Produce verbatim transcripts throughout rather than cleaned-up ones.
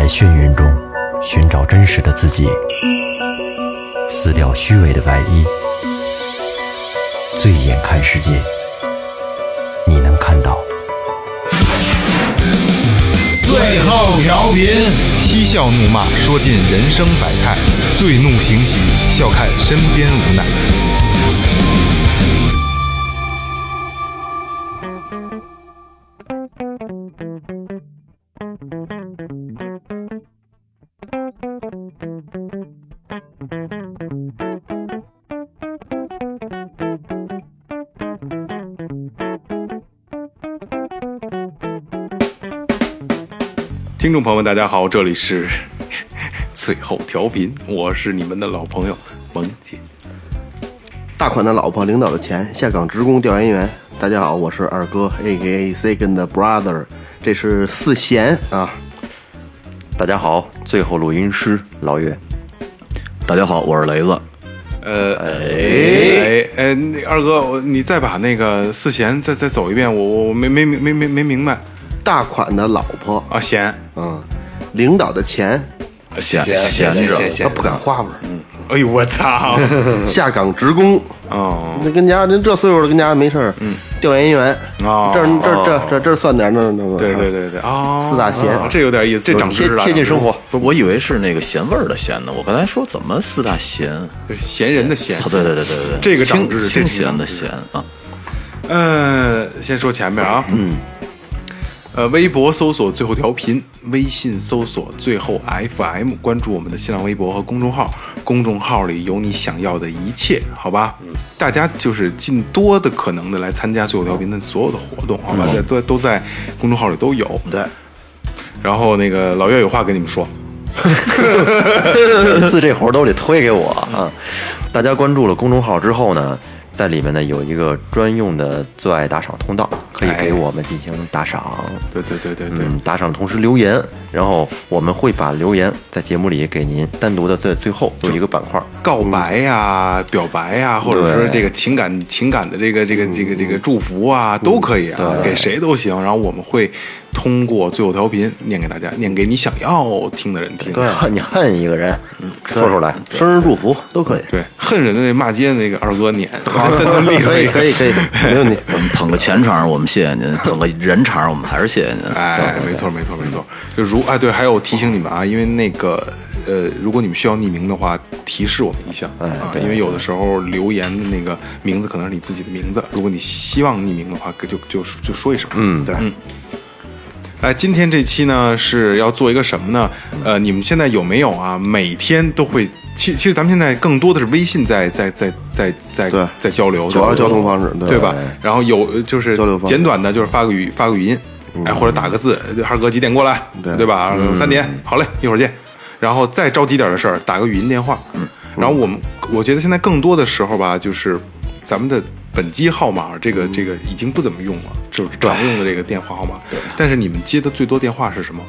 在眩晕中寻找真实的自己，撕掉虚伪的外衣，醉眼看世界，你能看到。 最后调频，嬉笑怒骂，说尽人生百态；醉怒行喜，笑看身边无奈。听众朋友们大家好，这里是最后调频，我是你们的老朋友萌姐。 大款的老婆，领导的钱，下岗职工调研员。大家好，我是二哥 A K A Second Brother， 这是四贤啊。 大家好，最后录音师老岳。 大家好，我是雷子。 呃，哎哎，那二哥，我你再把那个四贤再再走一遍，我我没没没没没明白。 大款的老婆啊，贤， 嗯，领导的钱， 闲闲着， 他不敢花味儿。 嗯，哎呦我操！ 下岗职工哦， 那跟家人这岁数了，跟家没事儿。嗯，调研员哦， 这这这这这算点那那个。 对对对对哦， 四大贤， 这有点意思，这长知识了， 贴近生活。 不是，我以为是那个咸味儿的咸呢。我刚才说怎么四大咸？ 就是闲人的闲。 哦，对对对对对， 这个长知识， 清咸的咸啊。 呃，先说前面啊，嗯。呃，微博搜索最后调频，微信搜索最后 F M， 关注我们的新浪微博和公众号，公众号里有你想要的一切，好吧？嗯，大家就是尽多的可能的来参加最后调频的所有的活动，好吧？嗯、都都在公众号里都有。 对。 然后那个老岳有话跟你们说， 四这活都得推给我啊！大家关注了公众号之后呢，在里面呢有一个专用的最爱打赏通道，可以给我们进行打赏。 对对对对对， 嗯，打赏的同时留言，然后我们会把留言在节目里给您单独的在最后有一个板块， 告白呀、啊、表白呀、啊，或者是这个情感情感的这个这个这个这个祝福啊，都可以啊，给谁都行。然后我们会通过最后调频念给大家，念给你想要听的人听。 对，你恨一个人，说出来， 生日祝福都可以。 对，恨人的那骂街那个二哥撵， 可以可以可以，没问题。 我们捧个钱场，我们谢谢您；捧个人场，我们还是谢谢您。 哎，没错没错没错。就如哎对，还有提醒你们啊，因为那个呃，如果你们需要匿名的话，提示我们一下啊，因为有的时候留言的那个名字可能是你自己的名字，如果你希望匿名的话，就就就说一声。 嗯，对， 嗯。哎，今天这期呢是要做一个什么呢？呃，你们现在有没有啊？每天都会，其其实咱们现在更多的是微信在在在在在在交流， 主要交通方式，对, 对吧？然后有就是简短的，就是发个语发个语音，哎，或者打个字，二哥几点过来，对, 对吧？嗯、三点，好嘞，一会儿见。然后再着急点的事儿，打个语音电话。嗯，然后我们我觉得现在更多的时候吧，就是咱们的本机号码，这个这个已经不怎么用了，就是常用的这个电话号码。但是你们接的最多电话是什么？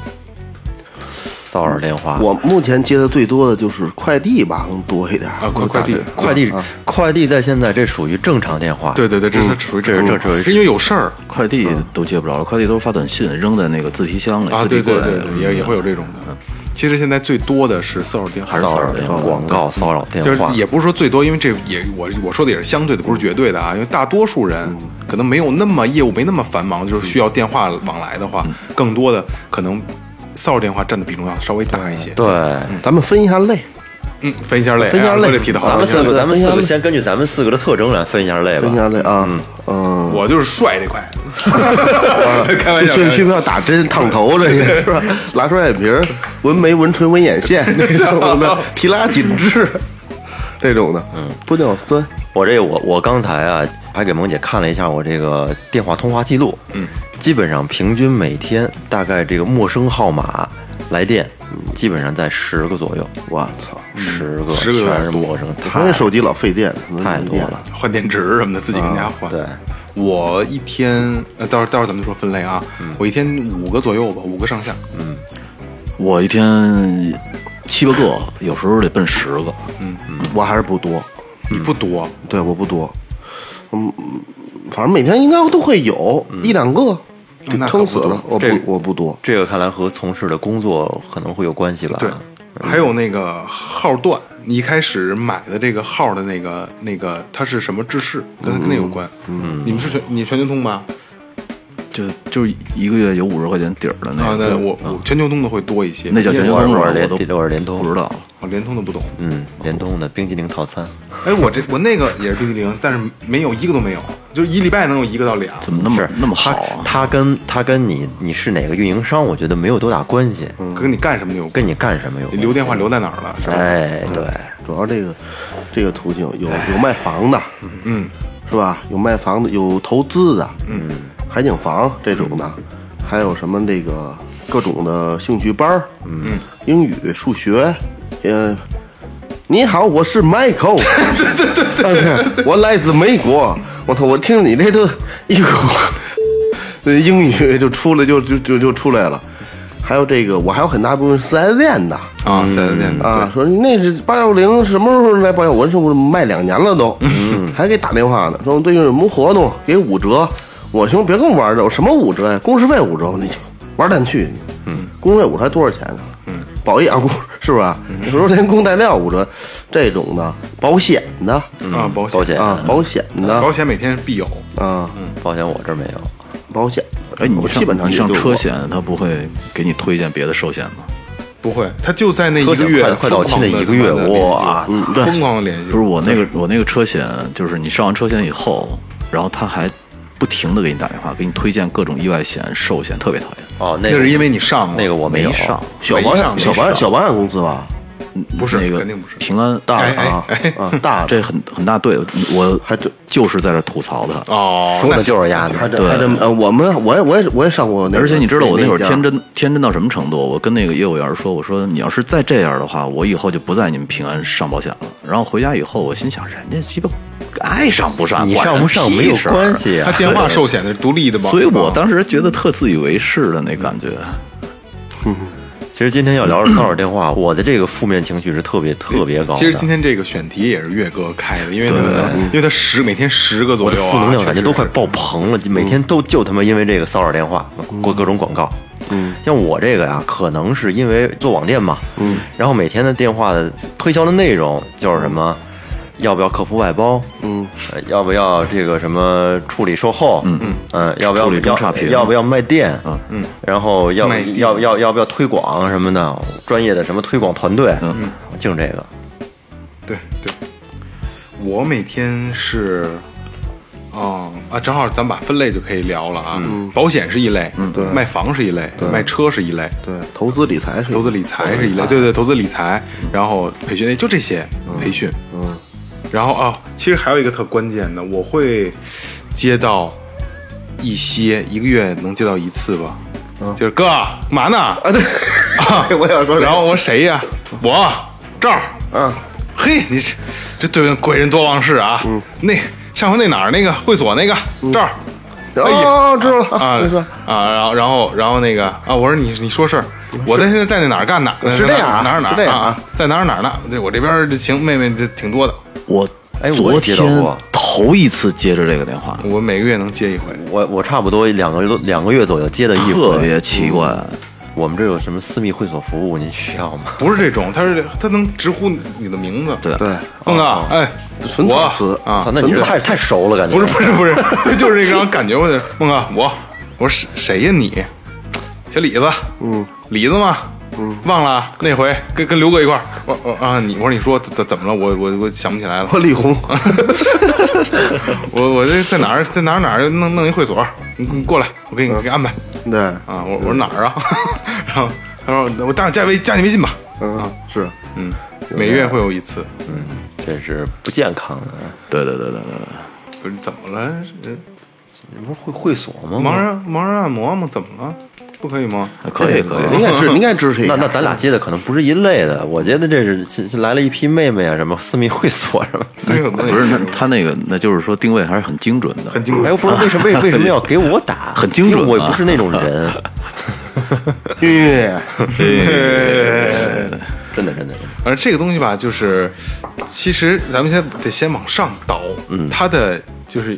骚扰电话。 我目前接的最多的就是快递吧，更多一点啊，快快递， 快递，快递在现在这属于正常电话。 对对对，这是属于这是正常， 是因为有事儿， 快递都接不着了，快递都是发短信扔在那个自提箱里啊，对对对，也也会有这种的。其实现在最多的是骚扰电话， 还是骚扰电话、广告、骚扰电话， 就是也不是说最多，因为这也我我说的也是相对的，不是绝对的啊。因为大多数人可能没有那么业务没那么繁忙，就是需要电话往来的话，更多的可能骚扰电话占的比重要稍微大一些。 对， 咱们分一下类。 嗯，分一下类， 分一下类， 这提的好。 咱们四个，咱们四个先根据咱们四个的特征来分一下类吧。 分一下类啊，嗯嗯， 我就是帅这块，开玩笑， 需不需要打针烫头这个是吧？拉双眼皮，纹眉、纹唇、纹眼线，那种的，提拉紧致，这种的，嗯，玻尿酸。 我这我我刚才啊，还给萌姐看了一下我这个电话通话记录，嗯，基本上平均每天大概这个陌生号码来电。基本上在十个左右， 我操， 十个， 十个全是陌生， 太手机老费电， 太多了， 换电池什么的，自己跟家换。 对， 我一天，呃，到时候到时候咱们说分类啊，我一天五个左右吧，五个上下。 嗯，我一天七八个，有时候得奔十个。 嗯嗯，我还是不多， 你不多， 对，我不多，嗯，反正每天应该都会有一两个。 撑死了。我不这我不多。 这个看来和从事的工作可能会有关系吧？ 对，还有那个号段，你一开始买的这个号的那个那个，它是什么制式，跟跟那有关。嗯，你们是全你全球通吧？ 就就是一个月有五十块钱底儿的那个。 啊，那我我全球通的会多一些。 那叫全球通， 我是联我我是联通， 不知道。 我联通的不懂。 嗯，联通的冰激凌套餐。 哎，我这我那个也是冰激凌，但是没有一个都没有，就是一礼拜能有一个到俩。 怎么那么那么好啊？ 它跟它跟你你是哪个运营商，我觉得没有多大关系， 跟你干什么有关， 跟你干什么有关。 你留电话留在哪儿了？是吧？ 哎，对， 主要这个这个途径有有卖房的， 嗯， 是吧？有卖房的，有投资的，嗯，海景房这种的，还有什么这个各种的兴趣班儿，嗯，英语、数学，呃。你好，我是 Michael。对对对对，我来自美国。我操，我听你这都一口，这英语就出来就就就就出来了。还有这个，我还有很大部分四 S 店的啊，四 S 店的啊，说你那是八幺零什么时候来保养？我说我卖两年了都，嗯，还给打电话呢，说对有什么活动给五折。我兄别跟我玩这，我什么五折呀？工时费五折，你玩蛋去。嗯，工时费五折还多少钱呢？嗯，保养工是不是？有时候连工带料五折，这种的保险的啊，保保险啊，保险的保险每天必有啊， 嗯，保险我这没有， 保险。 哎，你基本上你上车险，他不会给你推荐别的寿险吗？ 不会，他就在那一个月快到期的一个月，哇， 嗯，疯狂的联系。 不是我那个我那个车险，就是你上完车险以后，然后他还不停的给你打电话，给你推荐各种意外险、寿险，特别讨厌。 哦，那那是因为你上了， 那个我没有上， 小保险、小保险、小保险公司吧？ 不是， 那个肯定不是平安大啊啊大， 这很很大队，我还真就是在这吐槽他哦， 说的就是丫的， 还真还真呃，我们我也我也我也上过那个， 而且你知道我那会儿天真天真到什么程度？我跟那个业务员说，我说你要是再这样的话，我以后就不在你们平安上保险了。然后回家以后，我心想，人家鸡巴爱上不上， 你上不上没有关系啊。 他电话寿险的是独立的吧？ 所以我当时觉得特自以为是的那感觉。 嗯，其实今天要聊的骚扰电话，我的这个负面情绪是特别特别高的。 其实今天这个选题也是岳哥开的，因为他因为他十每天十个左右， 负能量感觉都快爆棚了，每天都就他妈因为这个骚扰电话过各种广告。嗯，像我这个呀，可能是因为做网店嘛，嗯，然后每天的电话的推销的内容就是什么。要不要客服外包？嗯、呃，要不要这个什么处理售后？嗯嗯嗯，要不要处理中差评？ 要不要卖店？ 嗯嗯，然后要要要要不要推广什么的？专业的什么推广团队？嗯嗯，净这个。 对对，我每天是，哦啊，正好咱们把分类就可以聊了啊。嗯、保险是一类，嗯，对，卖房是一类，卖车是一类， 对，投资理财是投资理财是一类，对对，投资理财，然后培训就这些培训，嗯。然后啊、哦，其实还有一个特关键的，我会接到一些一个月能接到一次吧，嗯、就是哥干嘛呢？啊对， 啊我想说， 然后我说谁呀？我这儿，嗯，嘿，你这这对贵人多忘事啊！嗯，那上回那哪儿那个会所那个、嗯、这儿， 哎呀，哦、知道了啊啊，然后然后然后那个啊，我说你你说事儿。我在现在在那哪儿干呢？ 是这样啊， 哪儿哪儿啊？在哪儿哪儿呢？对我这边行，妹妹这挺多的。 我哎， 昨天头一次接着这个电话， 我每个月能接一回。 我我差不多两个月两个月左右接的一回， 特别奇怪。 嗯、我们这有什么私密会所服务？您需要吗？ 不是这种，他是他能直呼你的名字。 对对， 孟哥，哦、哎， 纯我词啊， 那你这太太熟了，感觉。 不是不是不是，他就是这种感觉。我孟哥，我我说谁呀你？小李子，嗯，李子吗？嗯，忘了那回跟跟刘哥一块儿，我我啊你我说你说怎怎么了？我我我想不起来了。 我李红， 我我这在哪儿在哪儿哪儿弄弄一会所，你你过来，我给你给安排。 对啊，我我说哪儿啊？然后他说我加加微加你微信吧。 嗯啊是嗯，每月会有一次。 嗯，这是不健康的。 对对对对对， 不是怎么了？ 你不是会会所吗？ 盲人盲人按摩吗？怎么了？不可以吗？ 可以可以， 应该支应该支持一下。 那那咱俩接的可能不是一类的，我觉得这是来了一批妹妹啊，什么私密会所什么。 不是，那他那个那就是说定位还是很精准的， 很精准。 哎，我不知道为什么为为什么要给我打， 很精准、啊， 我也不是那种人。 耶， 真的真的。 而这个东西吧，就是其实咱们现在得先往上倒，嗯，它的就是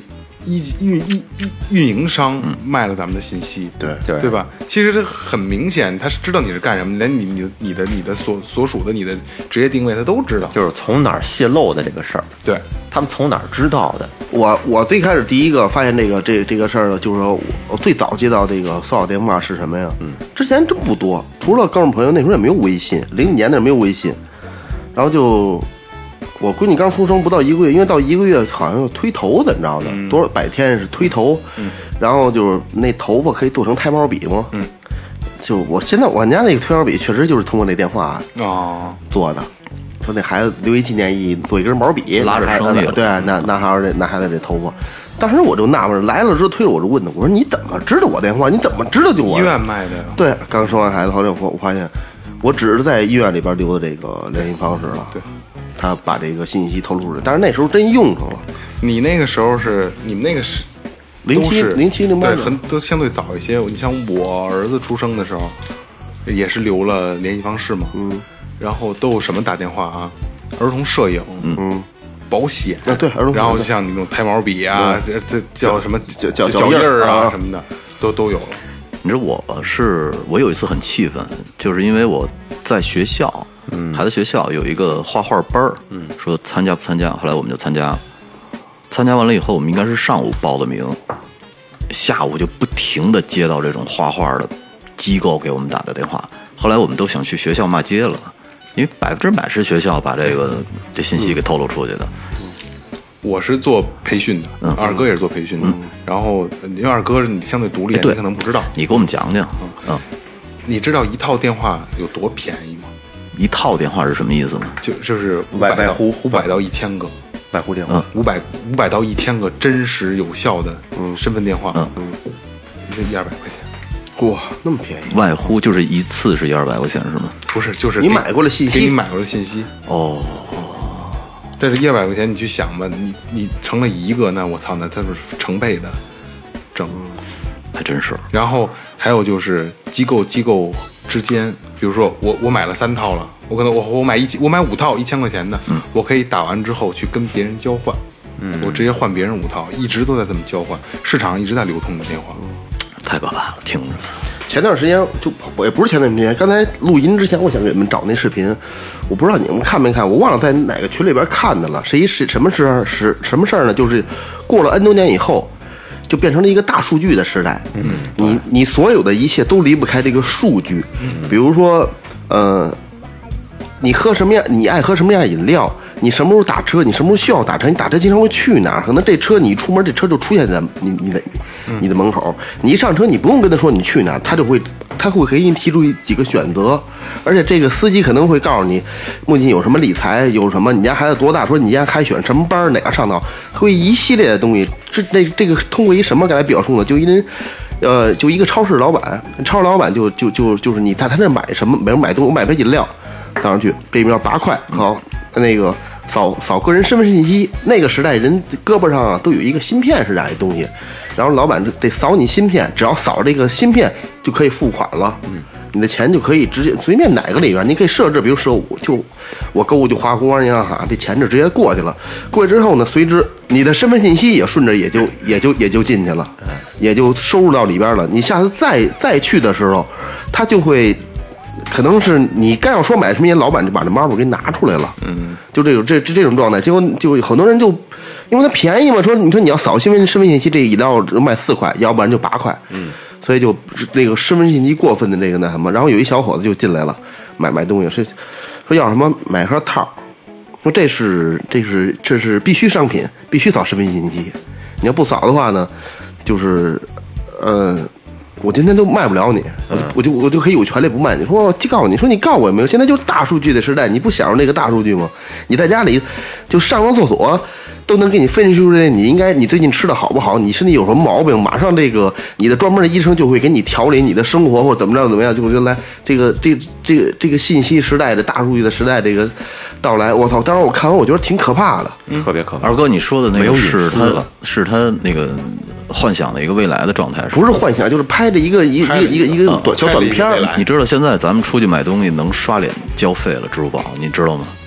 一运运运营商卖了咱们的信息， 对对对吧？其实这很明显，他是知道你是干什么，连你你你的你的所所属的你的职业定位他都知道， 就是从哪儿泄露的这个事儿， 对他们从哪儿知道的？ 我我最开始第一个发现这个这这个事儿呢，就是说我最早接到这个骚扰电话是什么呀？嗯，之前真不多，除了哥们朋友，那时候也没有微信，零几年那时候没有微信，然后就我闺女刚出生不到一个月，因为到一个月好像有推头的，你知道的，嗯、多少百天是推头，嗯，然后就是那头发可以做成胎毛笔嘛，嗯，就我现在我家那个推毛笔确实就是通过那电话哦做的。说那孩子留一纪念意义，做一根毛笔， 拉着生意， 对，那那孩子那孩子这头发，当时我就纳闷，来了之后推着我就问他，我说你怎么知道我电话？你怎么知道就我医院卖的？ 对，刚生完孩子后来我我发现，我只是在医院里边留的这个联系方式了。对，他把这个信息透露出来，但是那时候真用上了。 你那个时候是你们那个是零七零七零八对，很都相对早一些。你像我儿子出生的时候，也是留了联系方式嘛。嗯。然后都有什么打电话啊？儿童摄影，嗯，保险啊，对，儿童。 然后像你那种胎毛笔啊，这这叫什么脚脚脚印儿啊什么的，都都有了。 你知道我是我有一次很气愤，就是因为我在学校，嗯，孩子学校有一个画画班儿，嗯，说参加不参加？后来我们就参加，参加完了以后，我们应该是上午报的名，下午就不停的接到这种画画的机构给我们打的电话，后来我们都想去学校骂街了。因为百分之百是学校把这个这信息给透露出去的。 我是做培训的，嗯、二哥也是做培训的。嗯、然后因为二哥你相对独立，你可能不知道。 你给我们讲讲。嗯，嗯你知道一套电话有多便宜吗？ 一套电话是什么意思呢？ 就就是五百到五百到一千个百户电话， 五百五百到一千个真实有效的身份电话，嗯嗯，就一二百块钱。 哇，那么便宜！ 外呼就是一次是一二百块钱是吗？ 不是，就是你买过的信息， 给你买过的信息哦。 但是一二百块钱，你去想吧，你你成了一个，那我操，那它是成倍的挣， 还真是。 然后还有就是机构机构之间，比如说我我买了三套了，我可能我我买一我买五套一千块钱的，嗯，我可以打完之后去跟别人交换，嗯，我直接换别人五套，一直都在这么交换，市场上一直在流通的电话。嗯太可怕了，听着。 前段时间就我也不是前段时间，刚才录音之前，我想给你们找那视频，我不知道你们看没看，我忘了在哪个群里边看的了。是一是什么事儿？是什么事儿呢？就是过了 N 多年以后，就变成了一个大数据的时代。嗯，你你所有的一切都离不开这个数据。嗯，比如说，呃，你喝什么样，你爱喝什么样饮料。你什么时候打车？你什么时候需要打车？你打车经常会去哪儿？可能这车你一出门，这车就出现在你你的你的门口。你一上车，你不用跟他说你去哪儿，他就会他会给你提出几个选择。而且这个司机可能会告诉你，目前有什么理财，有什么你家孩子多大，说你家还选什么班，哪个上道，会一系列的东西。这这这个通过一什么来表述呢？就一人。呃，就一个超市老板，超市老板就就就就是你在他那买什么，比如买东西，我买杯饮料，倒上去，这边要八块，好，那个扫扫个人身份信息，那个时代人胳膊上啊都有一个芯片是这样一东西，然后老板得扫你芯片，只要扫这个芯片就可以付款了，嗯，你的钱就可以直接随便哪个里边，你可以设置，比如说我就我购物就花公安银行卡，这钱就直接过去了，过去之后呢，随之你的身份信息也顺着也就也就也就进去了，也就收入到里边了。你下次再再去的时候，他就会。可能是你刚要说买什么，老板就把这猫给拿出来了，嗯，就这种这这这种状态，结果就很多人就因为它便宜嘛，说你说你要扫身份身份信息，这饮料卖四块，要不然就八块，嗯，所以就那个身份信息过分的那个那什么，然后有一小伙子就进来了，买买东西，是说要什么买盒套，说这是这是这是必须商品，必须扫身份信息，你要不扫的话呢，就是呃。我今天都卖不了你，我就我就可以有权利不卖你。说我告诉你说你告我也没有，现在就是大数据的时代，你不享受那个大数据吗？你在家里就上个厕所都能给你分析出来，你应该你最近吃的好不好，你身体有什么毛病，马上这个你的专门的医生就会给你调理你的生活或者怎么着怎么样，就是来这个这这个这个信息时代的大数据的时代这个到来，我操！当时我看完我觉得挺可怕的， 嗯、特别可怕。 二哥，你说的那个是他是他那个。幻想的一个未来的状态， 不是幻想，就是拍着一个一个一个一个短小短片。 你知道现在咱们出去买东西能刷脸交费了，支付宝，你知道吗？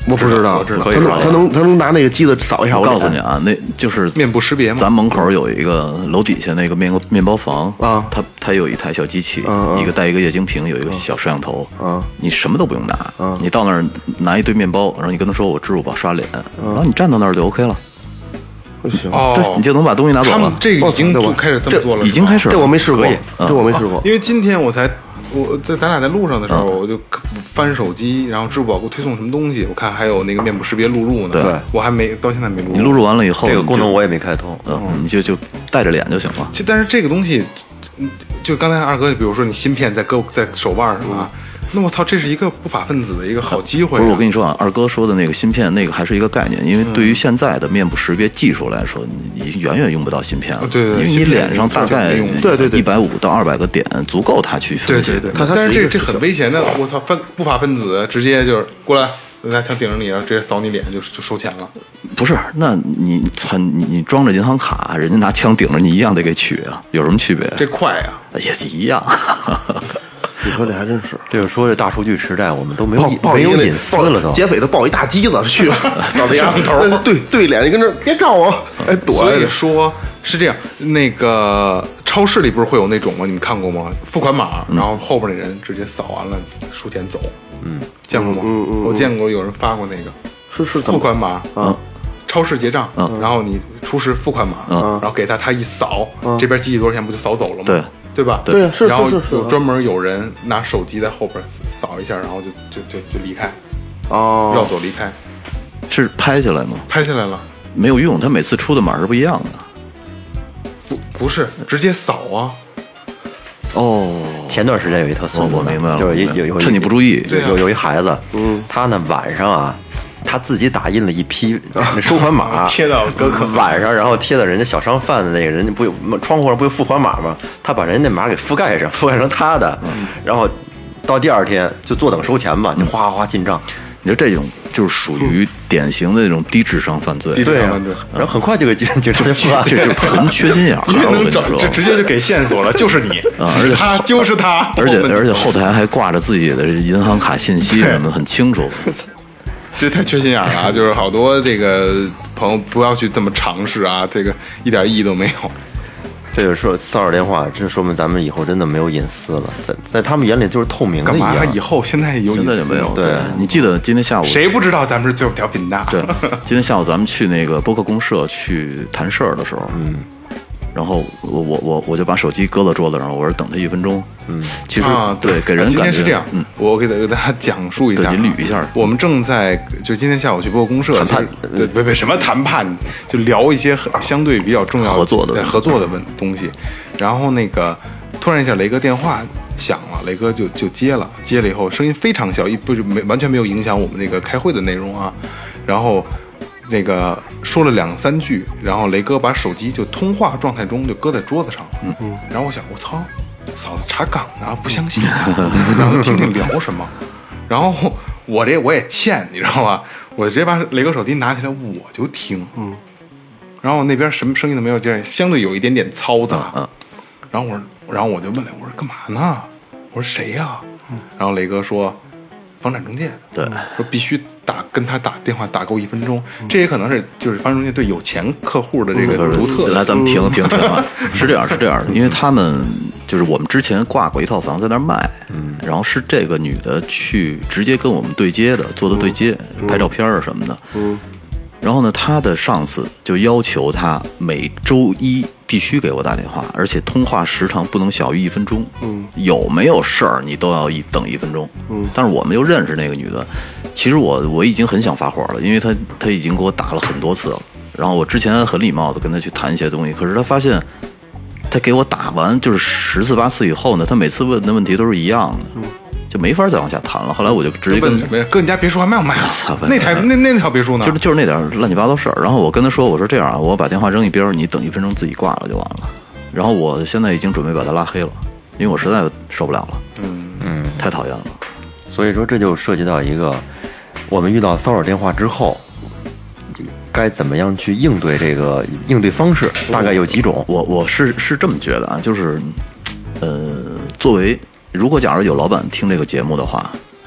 我不知道， 我知道， 他能他能他能拿那个机子扫一下。 我告诉你啊，那就是面部识别嘛。 咱门口有一个楼底下那个面面包房啊， 它它有一台小机器， 啊、 一个带一个液晶屏，有一个小摄像头啊， 你什么都不用拿， 啊、 你到那儿拿一堆面包，然后你跟他说我支付宝刷脸，啊、然后你站到那儿就 OK 了。 行， 哦， 对，你就能把东西拿走了。 他们这个已经就开始这么做了， 已经开始了。 这我没试过，这我没试过。 因为今天我才我在咱俩在路上的时候，我就翻手机，然后支付宝给我推送什么东西，我看还有那个面部识别录入呢。 对， 我还没到现在没录入。 你录入完了以后， 这个功能我也没开通， 嗯，你就就带着脸就行了。 其但是这个东西，就刚才二哥，比如说你芯片在胳在手腕上啊。那我操，这是一个不法分子的一个好机会、啊。 不是我跟你说啊，二哥说的那个芯片，那个还是一个概念，因为对于现在的面部识别技术来说，你远远用不到芯片了。 对对对， 因为你脸上大概对对对一百五到二百个点足够它去分析。 对对对，但是这这很危险的，我操，分不法分子直接就是过来。拿枪顶着你了，直接扫你脸就就收钱了。 不是，那你操你你装着银行卡，人家拿枪顶着你一样得给取啊，有什么区别？ 这快呀、 啊，也一样。 你说这还真是， 这个说这大数据时代，我们都没有没有隐私了都。 劫匪都抱一大机子去，到这样头，对对脸，你跟这别照我，哎躲。 所以说是这样，那个超市里不是会有那种吗？你们看过吗？付款码，然后后边那人直接扫完了输钱走。嗯，见过吗？ 嗯嗯， 我见过有人发过那个， 是是付款码啊。 超市结账， 嗯、 然后你出示付款码， 嗯、 然后给他，他一扫， 嗯、 这边机器多少钱不就扫走了吗？ 对， 对吧？ 对，是然后是是有专门有人拿手机在后边扫一下，然后就就就就离开， 哦， 绕走离开， 是拍下来吗？ 拍下来了， 没有用，他每次出的码是不一样的。 不不是直接扫啊。 哦， 前段时间有一特孙子， 我明白了， 就是有有趁你不注意， 对、啊、 有有一孩子， 嗯， 他呢晚上啊。他自己打印了一批那收款码， 贴到哥哥晚上，然后贴到人家小商贩的那个人家不有窗户上不有付款码吗？他把人家那码给覆盖上，覆盖成他的，嗯、然后到第二天就坐等收钱嘛，就哗哗哗进账。 你说这种就是属于典型的那种低智商犯罪， 低智商犯罪， 然后很快就给警警察就发， 这就纯缺心眼儿。 你能找，这直接就给线索了，就是你啊，而且他就是他， 而且而且后台还挂着自己的银行卡信息什么的，很清楚。 这太缺心眼了啊！就是好多这个朋友不要去这么尝试啊，这个一点意义都没有。 这个说骚扰电话，这说明咱们以后真的没有隐私了，在在他们眼里就是透明的一样。 干嘛？以后现在有隐私， 现在就没有。 对， 你记得今天下午谁不知道咱们是最后调频的？ 对，今天下午咱们去那个播客公社去谈事儿的时候，嗯。然后我我我我就把手机搁到桌子上，我说等他一分钟。嗯，其实、 啊、 对给人感觉、 今天是这样， 嗯， 我给大给大家讲述一下， 对，你捋一下。 我们正在就今天下午去播客公社谈判， 对，别别什么谈判，就聊一些很相对比较重要合作的合作的问东西。然后那个突然一下，雷哥电话响了，雷哥就就接了，接了以后声音非常小，一不是没完全没有影响我们那个开会的内容啊。然后。那个说了两三句，然后雷哥把手机就通话状态中就搁在桌子上，嗯嗯，然后我想我操，嫂子查岗呢，不相信、啊，然后听听聊什么，然后我这我也欠，你知道吧？我直接把雷哥手机拿起来我就听，嗯，然后那边什么声音都没有，就是相对有一点点嘈杂，嗯，然后我然后我就问雷，我说干嘛呢？我说谁呀、啊？嗯，然后雷哥说。房产中介， 对， 说必须打跟他打电话打够一分钟，这也可能是就是房产中介对有钱客户的这个独特。 来，咱们停停停啊！是这样，是这样的，因为他们就是我们之前挂过一套房在那儿卖，嗯，然后是这个女的去直接跟我们对接的，做的对接，拍照片啊什么的，嗯。然后呢，他的上司就要求他每周一必须给我打电话，而且通话时长不能小于一分钟。嗯，有没有事儿你都要一等一分钟。嗯，但是我们又认识那个女的，其实我我已经很想发火了，因为她她已经给我打了很多次了。然后我之前很礼貌的跟她去谈一些东西，可是她发现，她给我打完就是十次八次以后呢，她每次问的问题都是一样的。嗯。就没法再往下谈了。后来我就直接跟跟你家别墅还卖不卖啊？那台那那套别墅呢？ 就是就是那点乱七八糟事儿。然后我跟他说：“我说这样啊，我把电话扔一边，你等一分钟自己挂了就完了。”然后我现在已经准备把他拉黑了，因为我实在受不了了。嗯嗯，太讨厌了。 所以说这就涉及到一个，我们遇到骚扰电话之后，该怎么样去应对这个应对方式，大概有几种。 我我是是这么觉得啊，就是呃，作为。如果假如有老板听这个节目的话，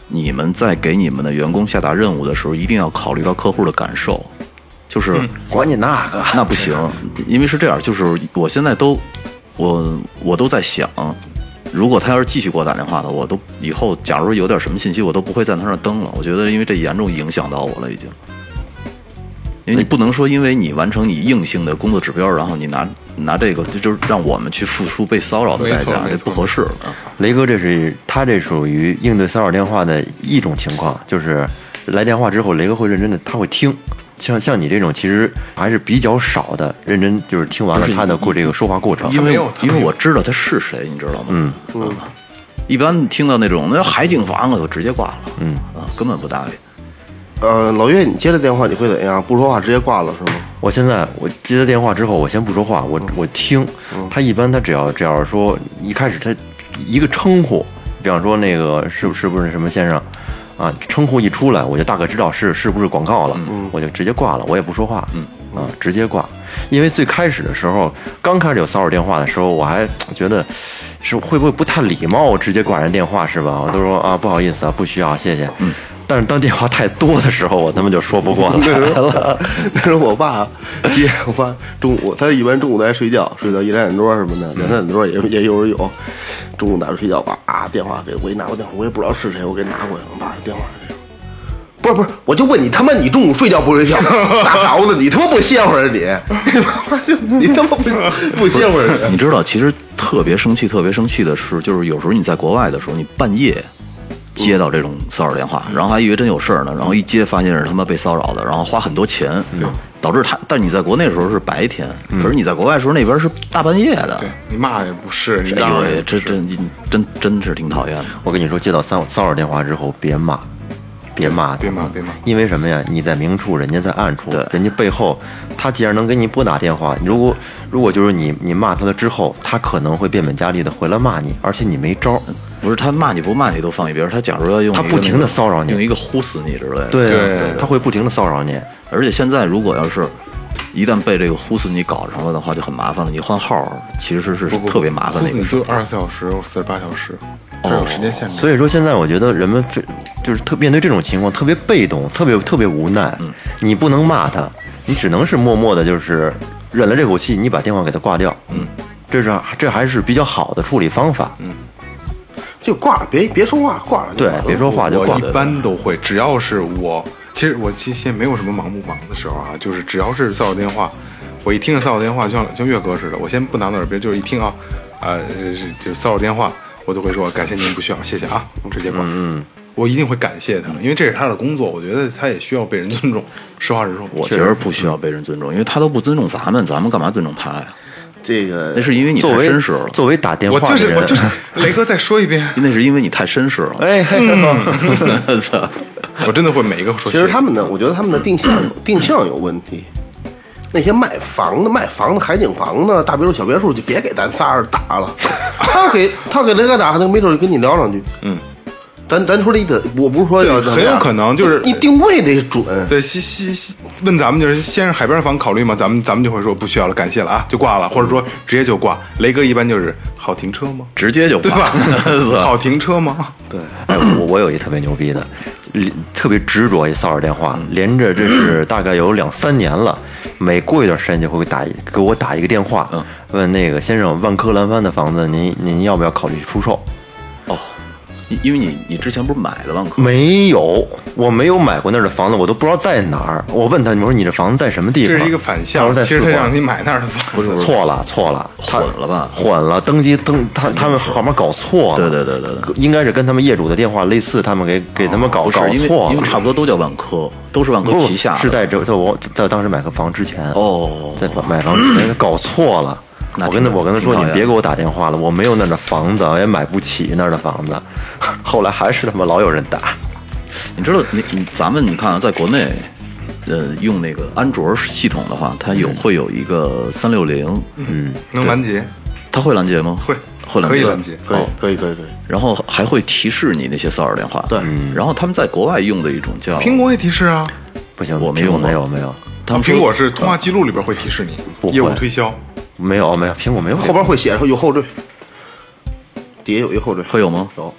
你们在给你们的员工下达任务的时候，一定要考虑到客户的感受。就是、嗯、 管你那个， 那不行，因为是这样，就是我现在都，我我都在想，如果他要是继续给我打电话的，我都以后假如有点什么信息，我都不会在他那儿登了。我觉得，因为这严重影响到我了，已经。因为你不能说，因为你完成你硬性的工作指标，然后你拿拿这个，就就是让我们去付出被骚扰的代价，这不合适啊。 雷哥，这是他这属于应对骚扰电话的一种情况，就是来电话之后，雷哥会认真的，他会听。像像你这种其实还是比较少的，认真就是听完了他的过这个说话过程。 因为因为我知道他是谁，你知道吗？嗯嗯。一般听到那种那海景房我就直接挂了，嗯啊，根本不搭理。 呃，老岳，你接了电话你会怎样？不说话直接挂了是吗？ 我现在我接了电话之后，我先不说话，我我听。他一般他只要只要说一开始他一个称呼，比方说那个是不是不是什么先生。啊，称呼一出来，我就大概知道是是不是广告了，嗯、我就直接挂了，我也不说话，嗯啊，直接挂。因为最开始的时候，刚开始有骚扰电话的时候，我还觉得是会不会不太礼貌，我直接挂人电话是吧？我都说啊，不好意思啊，不需要，谢谢。嗯。但是当电话太多的时候，我他妈就说不过来了。 那时候我爸接我爸中午，他一般中午在睡觉，睡到一两点多什么的，两三点多也也有人有。中午打着睡觉吧，啊，电话给我一拿过电话，我也不知道是谁，我给拿过去，我爸电话给不是不是，我就问你他妈你中午睡觉不睡觉？大勺子，你他妈不歇会儿你？你他妈不不歇会儿？ 你知道，其实特别生气，特别生气的是，就是有时候你在国外的时候，你半夜接到这种骚扰电话，然后还以为真有事儿呢，然后一接发现是他妈被骚扰的，然后花很多钱，嗯、导致他。但你在国内的时候是白天，嗯、可是你在国外的时候那边是大半夜的。 对你骂也不是，你哎呦喂，这真真真是挺讨厌的。 我跟你说，接到骚骚扰电话之后，别骂。别骂， 别骂，别骂！ 因为什么呀？你在明处，人家在暗处，人家背后，他既然能给你拨打电话，如果如果就是你你骂他了之后，他可能会变本加厉的回来骂你，而且你没招。 不是他骂你不骂你都放一边，他假如要用他不停的骚扰你， 用一个呼死你之类的， 对，对对他会不停的骚扰你。 而且现在如果要是一旦被这个呼死你搞上了的话，就很麻烦了。你换号其实是特别麻烦的一个事。 呼死你就二十四小时或四十八小时，这有时间限制。 所以说现在我觉得人们非就是特面对这种情况特别被动，特别特别无奈。嗯，你不能骂他，你只能是默默的，就是忍了这口气，你把电话给他挂掉。嗯，这是这还是比较好的处理方法。嗯， 就挂了，别别说话，挂了。 对，别说话就挂。 我一般都会，只要是我。其实我其实现在没有什么忙不忙的时候啊，就是只要是骚扰电话，我一听着骚扰电话，就像像岳哥似的，我先不拿到耳边，就是一听啊，呃，就是骚扰电话，我都会说感谢您，不需要，谢谢啊，直接挂。嗯，我一定会感谢他，因为这是他的工作，我觉得他也需要被人尊重。实话实说， 我觉得不需要被人尊重，因为他都不尊重咱们，咱们干嘛尊重他呀？ 这个那是因为你太绅士了。 作为打电话的人， 我就是我就是雷哥再说一遍， 那是因为你太绅士了。 哎， 我操！ 我真的会每一个说。 其实他们的，我觉得他们的定向定向有问题。那些卖房的、卖房的、海景房的、大别墅、小别墅，就别给咱仨人打了。他给他给雷哥打，他没准就跟你聊两句。嗯。咱咱说这意思，我不是说要很有可能就是你定位得准。 对，西西西问咱们就是先是海边房考虑吗？咱们咱们就会说不需要了，感谢了啊，就挂了，或者说直接就挂。雷哥一般就是好停车吗？ 直接就挂， 对吧？好停车吗？ 对，哎，我我有一特别牛逼的，特别执着一骚扰电话，连着这是大概有两三年了，每过一段时间就会打给我打一个电话，问那个先生，万科蓝帆的房子，您您要不要考虑出售？ 哦。因为你你之前不是买的万科？ 没有，我没有买过那儿的房子，我都不知道在哪儿。我问他，你说你这房子在什么地方？ 这是一个反向，其实他让你买那儿的房子。错了错了， 混了吧？ 混了，登记登他他们号码搞错了。对对对对对， 应该是跟他们业主的电话类似，他们给给他们搞搞错了。 因为差不多都叫万科，都是万科旗下。 是在这在我在当时买个房之前哦， 在买房之前搞错了。我跟他我跟他说，你别给我打电话了，我没有那儿的房子，我也买不起那儿的房子。后来还是他妈老有人打。 你知道，你你咱们你看啊，在国内，呃，用那个安卓系统的话，它有会有一个三六零， 嗯，能拦截？ 它会拦截吗？ 会， 会拦截， 可以拦截， 可以，可以，可以，可以。 然后还会提示你那些骚扰电话。 对， 然后他们在国外用的一种叫苹果也提示啊， 不行， 我没用， 没有，没有。 他们苹果是通话记录里边会提示你业务推销。 没有没有，苹果没有， 后边会写上有后缀，底下有一个后缀， 会有吗？ 有，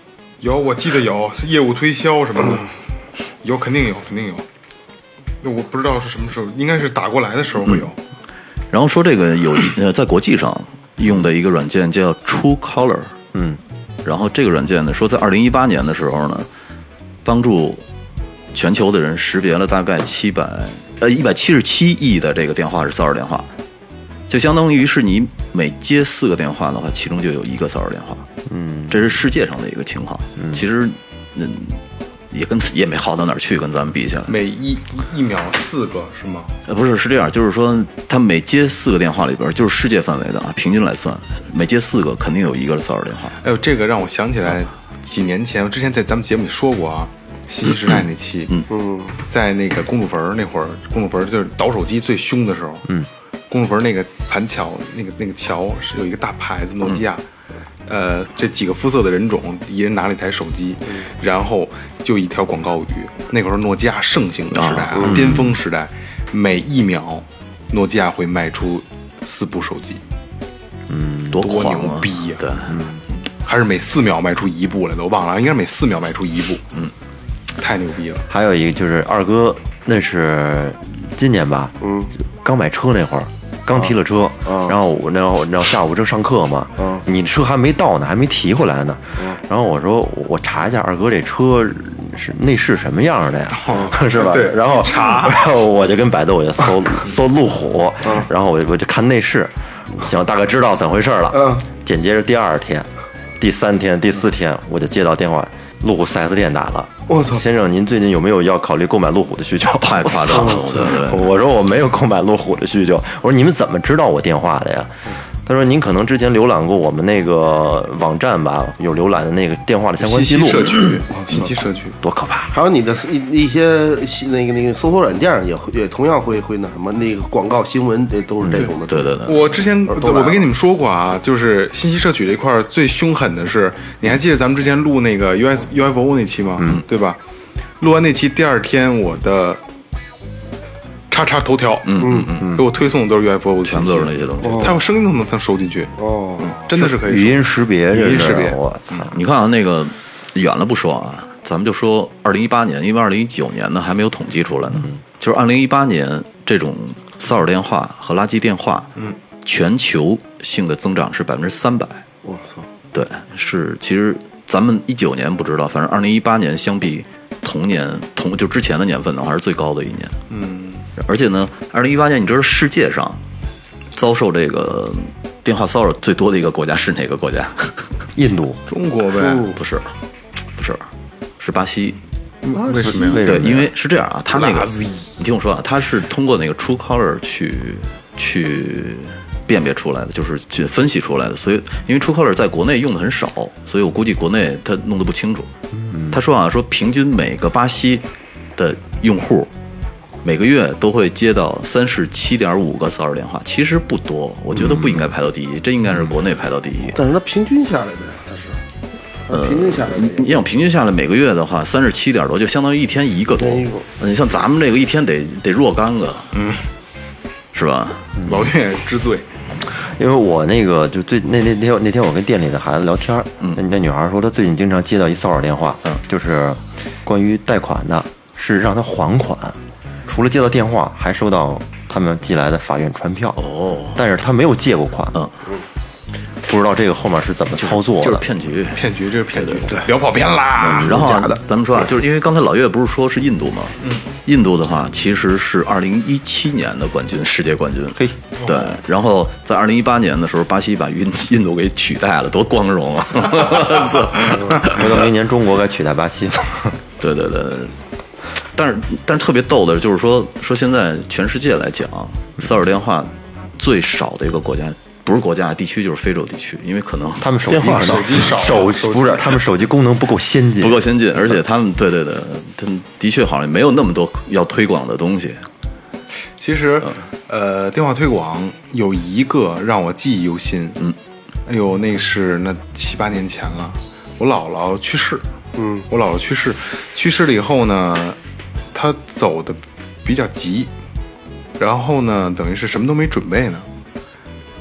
有，我记得有业务推销什么的，有肯定有，肯定有。我不知道是什么时候，应该是打过来的时候会有。 嗯、然后说这个有呃，在国际上用的一个软件叫 Truecaller， 嗯，然后这个软件呢，说在二零一八年的时候呢，帮助全球的人识别了大概七百呃一百七十七亿的这个电话是骚扰电话，就相当于是你每接四个电话的话，其中就有一个骚扰电话。嗯，这是世界上的一个情况。嗯，其实嗯。也跟也没好到哪儿去，跟咱们比起来， 每一一秒四个是吗？ 呃，不是，是这样，就是说，他每接四个电话里边，就是世界范围的啊，平均来算，每接四个肯定有一个骚扰电话。 哎呦，这个让我想起来，几年前我之前在咱们节目里说过啊，信息时代那期，嗯嗯，在那个公主坟那会儿，公主坟就是倒手机最凶的时候，嗯，公主坟那个盘桥，那个那个桥是有一个大牌子，诺基亚。嗯呃，这几个肤色的人种，一人拿了一台手机，嗯、然后就一条广告语。那个时候诺基亚盛行的时代啊，嗯、巅峰时代，每一秒诺基亚会卖出四部手机， 嗯， 多牛逼呀、啊！ 对， 嗯，还是每四秒卖出一部来的，我忘了，应该是每四秒卖出一部，嗯，太牛逼了。 还有一个就是二哥，那是今年吧，嗯，刚买车那会儿。刚提了车，啊、然后我然后然后下午正上课嘛，啊、你车还没到呢，还没提回来呢。啊、然后我说我查一下二哥这车是内饰什么样的呀，啊、是吧？ 对， 然后查， 然后我就跟百度我就搜搜路虎，啊、然后我就我就看内饰，行，大概知道怎么回事了。嗯、啊，紧接着第二天、第三天、第四天，我就接到电话。路虎 四 S 店打了， 我操！ 先生，您最近有没有要考虑购买路虎的需求？ 太夸张了！对对对， 我说我没有购买路虎的需求。我说你们怎么知道我电话的呀？他说您可能之前浏览过我们那个网站吧，有浏览的那个电话的相关记录。 信息社区，信息社区多可怕！ 还有你的一些那个那个搜索软件也也同样会会那什么，那个广告新闻这都是这种的。 对对对， 我之前我没跟你们说过啊，就是信息摄取这块最凶狠的是，你还记得咱们之前录那个 U S U F O 那期吗？嗯，对吧？录完那期第二天，我的叉叉头条，嗯嗯嗯，给我推送的都是 U F O， 全都是那些东西， 他有声音都能能收进去，哦，真的是可以语音识别， 语音识别， 我操！ 你看啊，那个远了不说啊，咱们就说二零一八年，因为二零一九年呢还没有统计出来呢，就是二零一八年这种骚扰电话和垃圾电话，嗯，全球性的增长是百分之三百， 我操！ 对，是其实咱们一九年不知道，反正二零一八年相比同年同就之前的年份的话是最高的一年，嗯。而且呢，二零一八年，你知道世界上遭受这个电话骚扰最多的一个国家是哪个国家？ 印度、 中国呗？ 不是，不是，是巴西。 为什么呀？ 对，因为是这样啊，他那个，你听我说啊，他是通过那个 Truecaller 去去辨别出来的，就是去分析出来的。所以，因为 Truecaller 在国内用的很少，所以我估计国内他弄得不清楚。嗯、他说啊，说平均每个巴西的用户。每个月都会接到三十七点五个骚扰电话，其实不多，我觉得不应该排到第一，嗯、这应该是国内排到第一。 但是它平均下来的呀，它是，呃，平均下来的。 你想平均下来每个月的话，三十七点多，就相当于一天一个多。你像咱们这个一天得得若干个，嗯，是吧？ 老岳之最。 因为我那个就最那那那天那天我跟店里的孩子聊天，嗯，那那女孩说她最近经常接到一骚扰电话，嗯，就是关于贷款的，是让她还款。除了接到电话，还收到他们寄来的法院传票。哦，但是他没有借过款。嗯，不知道这个后面是怎么操作的。 就是骗局， 骗局，这是骗局。对，聊跑偏啦。 嗯、然后咱们说啊，就是因为刚才老岳不是说是印度吗？嗯，印度的话其实是二零一七年的冠军，世界冠军。 嘿， 对。然后在二零一八年的时候，巴西把印印度给取代了，多光荣啊！ 回头明年中国该取代巴西了。 对对对。但是，但是特别逗的就是说，说现在全世界来讲，骚扰电话最少的一个国家，不是国家地区，就是非洲地区，因为可能他们手机可能手机少， 手不是他们手机功能不够先进， 不够先进，而且他们对对对，他们的确好像没有那么多要推广的东西。 其实，呃，电话推广有一个让我记忆犹新，嗯，哎呦，那是那七八年前了，我姥姥去世。嗯，我姥姥去世，去世了以后呢，她走的比较急，然后呢，等于是什么都没准备呢，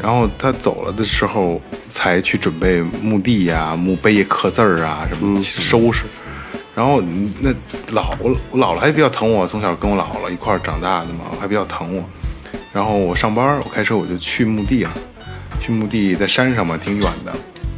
然后他走了的时候才去准备墓地呀、啊、墓碑刻字儿啊什么收拾。然后那姥我姥姥还比较疼我，从小跟我姥姥一块儿长大的嘛，还比较疼我。然后我上班，我开车我就去墓地了，去墓地在山上嘛，挺远的。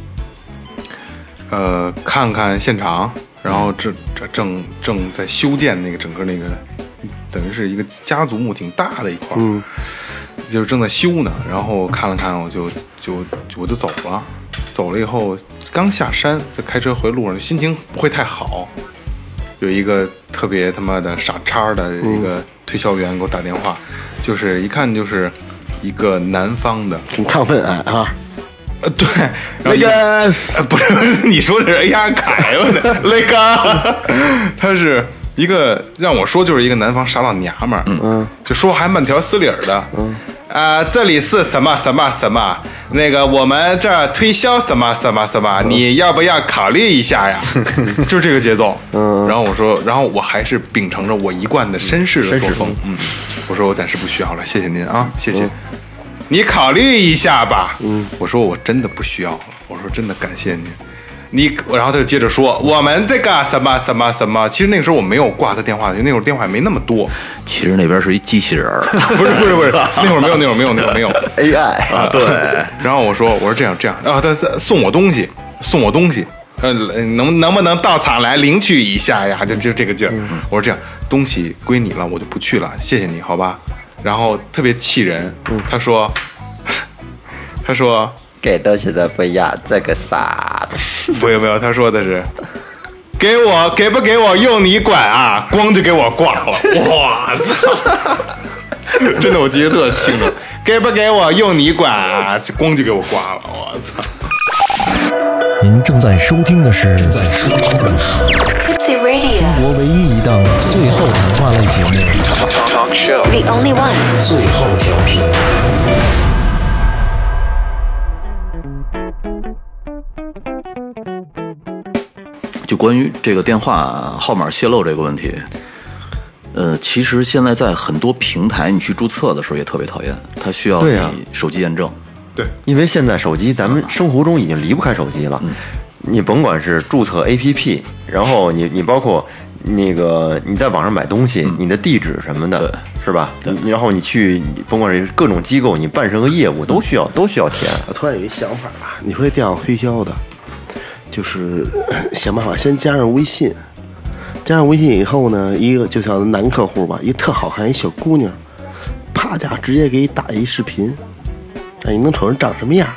呃，看看现场，然后正正正在修建那个整个那个，等于是一个家族墓，挺大的一块，嗯，就是正在修呢。然后看了看，我就就我就走了，走了以后刚下山，在开车回路上，心情不会太好。有一个特别他妈的傻叉的一个推销员给我打电话，嗯、就是一看就是一个南方的， 挺亢奋啊啊！ 呃，对，那个、呃、不是你说的是 A R 凯吧？那个他是一个让我说就是一个南方傻老娘们儿，嗯，就说还慢条斯理的，嗯。啊、呃，这里是什么什么什么？那个我们这儿推销什么什么什么？你要不要考虑一下呀？就是这个节奏。嗯。然后我说，然后我还是秉承着我一贯的绅士的作风。嗯。我说我暂时不需要了，谢谢您啊，谢谢。嗯、你考虑一下吧。嗯。我说我真的不需要了。我说真的感谢您。你，然后他就接着说，我们这个什么什么什么，其实那个时候我没有挂他电话，因为那会儿电话也没那么多。 其实那边是一机器人儿， 不是不是不是，那会儿没有那会儿没有那会儿没有 A I 啊，对。然后我说我说这样这样，然后他送我东西，送我东西，呃，能能不能到场来领取一下呀？就就这个劲儿。嗯、我说这样，东西归你了，我就不去了，谢谢你，好吧？然后特别气人，嗯、他说他说。 给东西的不要这个傻的， 不有没有，他说的是给我给不给我用你管啊，光就给我挂了，我操！真的我记得特清楚，给不给我用你管啊，光就给我挂了，我操！ 您正在收听的是正在收听的是 Tipsy Radio， 中国唯一一档最后谈话类节目 Talk Show， The Only One， 最后调频。 就关于这个电话号码泄露这个问题，呃，其实现在在很多平台你去注册的时候也特别讨厌，它需要你手机验证。 对， 因为现在手机咱们生活中已经离不开手机了，嗯、你甭管是注册 A P P， 然后你你包括那个你在网上买东西，嗯、你的地址什么的，是吧？然后你去甭管是各种机构，你办任何业务都需要都需要填。 我突然有一想法啊，你会电话推销的。就是想办法先加上微信，加上微信以后呢，一个就像男客户吧，一个特好看一小姑娘，啪家直接给你打一视频，让你能瞅人长什么样。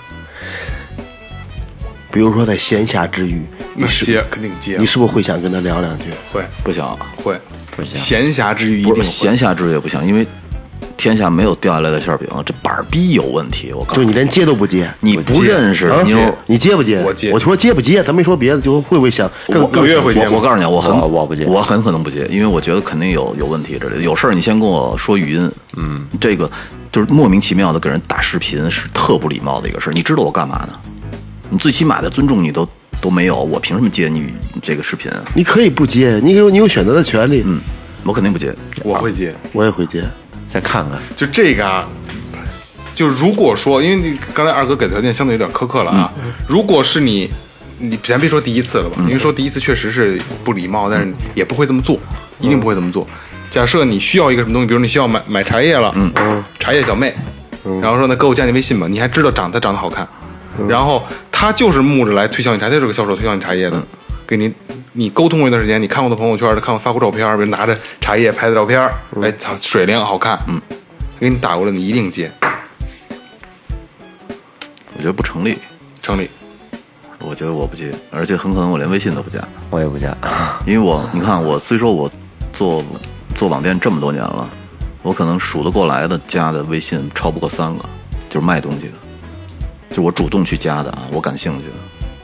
比如说在闲暇之余， 你是接肯定接， 你是不是会想跟他聊两句？ 会， 不行， 会不行。 闲暇之余一定会， 闲暇之余也不行，因为天下没有掉下来的馅饼，这板逼有问题。我告诉你，就你连接都不接， 你不认识妞， 你接不接？ 我接。 我说接不接，咱没说别的，就会不会想更更越会接？ 我告诉你，我很我不接， 我很可能不接，因为我觉得肯定有有问题。这里有事儿，你先跟我说语音。嗯，这个就是莫名其妙的给人打视频，是特不礼貌的一个事儿。你知道我干嘛呢？你最起码的尊重你都都没有，我凭什么接你这个视频啊？ 你可以不接，你有你有选择的权利。 嗯，我肯定不接， 我会接， 我也会接。 再看看， 就这个啊，就如果说，因为你刚才二哥给的条件相对有点苛刻了啊。嗯、如果是你，你咱别说第一次了吧，嗯、因为说第一次确实是不礼貌，但是也不会这么做，一定不会这么做。假设你需要一个什么东西，比如你需要买买茶叶了，嗯嗯，茶叶小妹，嗯、然后说那哥我加你微信吧，你还知道长她长得好看，嗯、然后他就是慕着来推销你茶，他就是个销售推销你茶叶的，嗯、给你。你沟通过一段时间，你看我的朋友圈，看我发过照片，比如拿着茶叶拍的照片，嗯、哎，操，水灵好看，嗯，给你打过来，你一定接。 我觉得不成立， 成立。 我觉得我不接，而且很可能我连微信都不加。 我也不加， 因为我，你看我虽说我做做网店这么多年了，我可能数得过来的加的微信超不过三个，就是卖东西的，就是我主动去加的啊，我感兴趣的。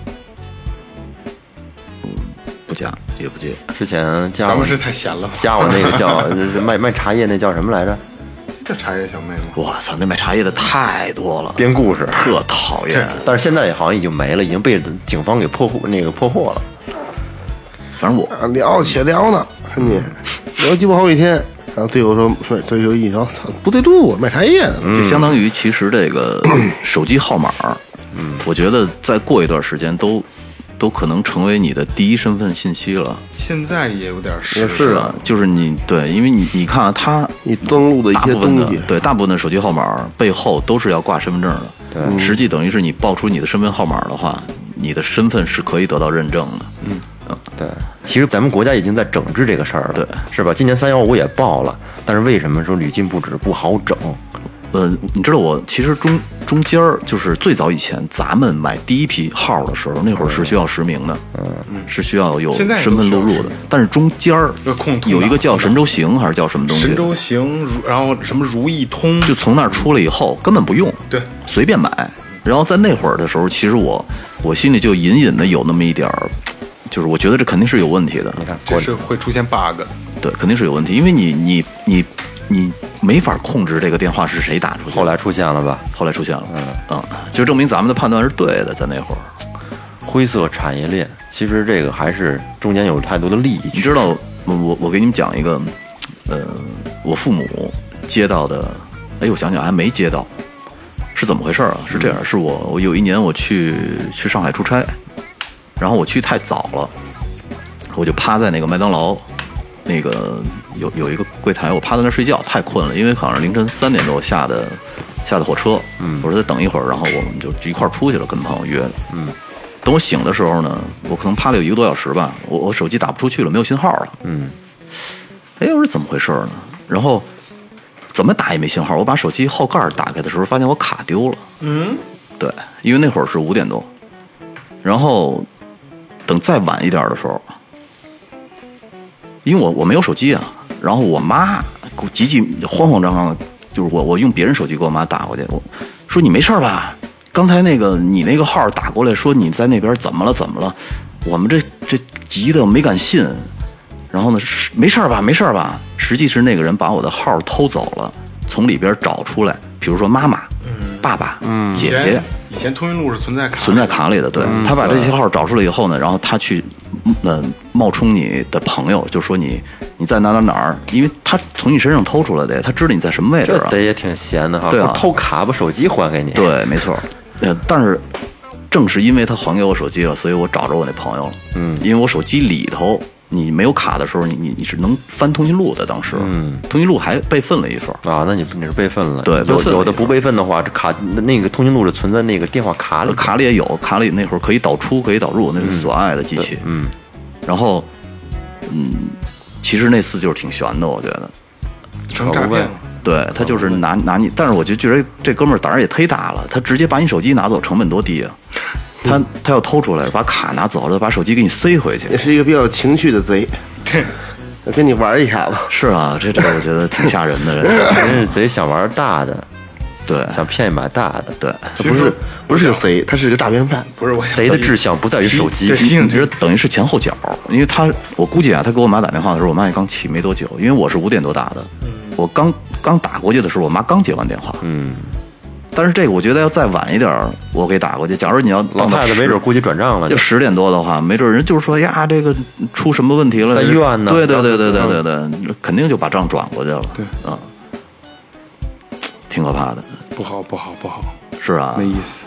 不加也不接。 之前加我咱们是太闲了吧？ 加我那个叫就是卖卖茶叶那叫什么来着？ 叫茶叶小妹吗？ 我操，那卖茶叶的太多了， 编故事特讨厌。 但是现在也好像已经没了，已经被警方给破获那个破获了。 反正我聊且聊呢，你聊鸡巴好几天。 然后最后说，最后一瞧，不对路，我卖茶叶的， 就相当于其实这个手机号码，嗯，我觉得再过一段时间都都可能成为你的第一身份信息了。 现在也有点是是啊，就是你对，因为你你看啊，它你登录的一些东西， 对，大部分的手机号码背后都是要挂身份证的。对，实际等于是你报出你的身份号码的话，你的身份是可以得到认证的。 嗯嗯，对。其实咱们国家已经在整治这个事儿了，对，是吧？今年三幺五也报了，但是为什么说屡禁不止不好整？ 呃，你知道我其实中中间儿就是最早以前咱们买第一批号的时候，那会儿是需要实名的，嗯，是需要有身份录入的。但是中间儿有一个叫神州行还是叫什么东西？ 神州行，然后什么如意通， 就从那儿出来以后根本不用， 对， 随便买。然后在那会儿的时候，其实我我心里就隐隐的有那么一点儿，就是我觉得这肯定是有问题的。 你看，这是会出现 bug， 对，肯定是有问题，因为你你你你没法控制这个电话是谁打出去。 后来出现了吧？ 后来出现了，嗯嗯，就证明咱们的判断是对的，在那会儿。 灰色产业链，其实这个还是中间有太多的利益。 你知道，我我给你们讲一个，呃，我父母接到的，哎，我想想还没接到。是怎么回事啊？是这样，是我我有一年我去去上海出差，然后我去太早了，我就趴在那个麦当劳，那个有有一个柜台，我趴在那睡觉，太困了，因为好像凌晨三点多下的下的火车，嗯，我说再等一会儿，然后我们就一块儿出去了，跟朋友约的，嗯，等我醒的时候呢，我可能趴了有一个多小时吧，我我手机打不出去了，没有信号了，嗯，哎，我说怎么回事呢？然后。怎么打也没信号，我把手机后盖打开的时候，发现我卡丢了。嗯，对，因为那会儿是五点多，然后等再晚一点的时候，因为我我没有手机啊，然后我妈给我急急慌慌张张，就是我我用别人手机给我妈打过去，我说你没事吧？刚才那个你那个号打过来说你在那边怎么了怎么了？我们这这急的没敢信。然后呢，没事吧，没事吧。实际是那个人把我的号偷走了，从里边找出来，比如说妈妈、嗯、爸爸、嗯、姐姐。 以前通讯录是存在卡存在卡里的，对、嗯、他把这些号找出来以后呢，然后他去呃冒充你的朋友，就说你你在哪哪哪儿，因为他从你身上偷出来的，他知道你在什么位置啊。 这贼也挺闲的哈， 对啊， 偷卡把手机还给你。 对，没错。呃，但是正是因为他还给我手机了，所以我找着我那朋友了。嗯，因为我手机里头。你没有卡的时候，你你你是能翻通讯录的。当时，嗯，通讯录还备份了一份啊。那你你是备份了？ 对， 有有的不备份的话，这卡那个通讯录是存在那个电话卡里， 卡里也有，卡里那会儿可以导出，可以导入，那是索爱的机器。嗯，然后，嗯，其实那次就是挺悬的，我觉得成诈骗了。 对他就是拿拿你，但是我就觉得这哥们儿胆儿也忒大了，他直接把你手机拿走，成本多低啊！他他要偷出来，把卡拿走了，把手机给你塞回去。 也是一个比较有情趣的贼，跟你玩一下子。 是啊，这这我觉得挺吓人的。 人是贼想玩大的， 对， 想骗一把大的。 对， 不是不是贼，他是个大骗犯。 不是我贼的志向不在于手机， 你这等于是前后脚。因为他我估计啊，他给我妈打电话的时候，我妈也刚起没多久，因为我是五点多打的，我刚刚打过去的时候，我妈刚接完电话。嗯。但是这个我觉得要再晚一点，我给打过去。假如你要老太太没准估计转账了， 就十点多的话，没准人就是说呀，这个出什么问题了， 在医院呢。 对对对对对对对，肯定就把账转过去了。 对啊，挺可怕的。 不好不好不好， 是啊， 没意思。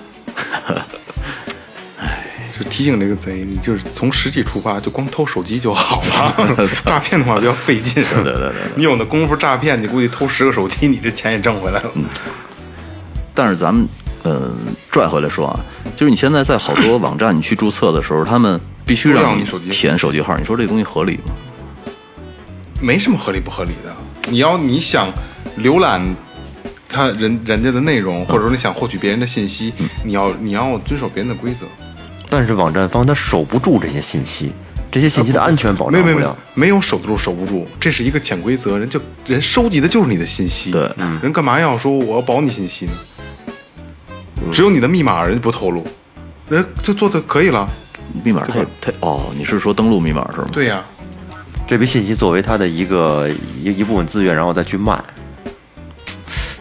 哎，就提醒这个贼，你就是从实际出发，就光偷手机就好了。诈骗的话比较费劲。 对对对， 你有那功夫诈骗，你估计偷十个手机，你这钱也挣回来了。嗯。 但是咱们呃拽回来说啊，就是你现在在好多网站你去注册的时候，他们必须让你填手机号，你说这东西合理吗？ 没什么合理不合理的。你要你想浏览他人人家的内容，或者说你想获取别人的信息，嗯、你要你要遵守别人的规则。 但是网站方他守不住这些信息，这些信息的安全保障不了。 没有没有没有守得住守不住，这是一个潜规则，人就人收集的就是你的信息。 对， 嗯、人干嘛要说我要保你信息呢？只有你的密码人不透露，人就做的可以了。 密码太太哦，你是说登录密码是吗？ 对呀、啊， 这笔信息作为他的一个一一部分资源，然后再去卖， 他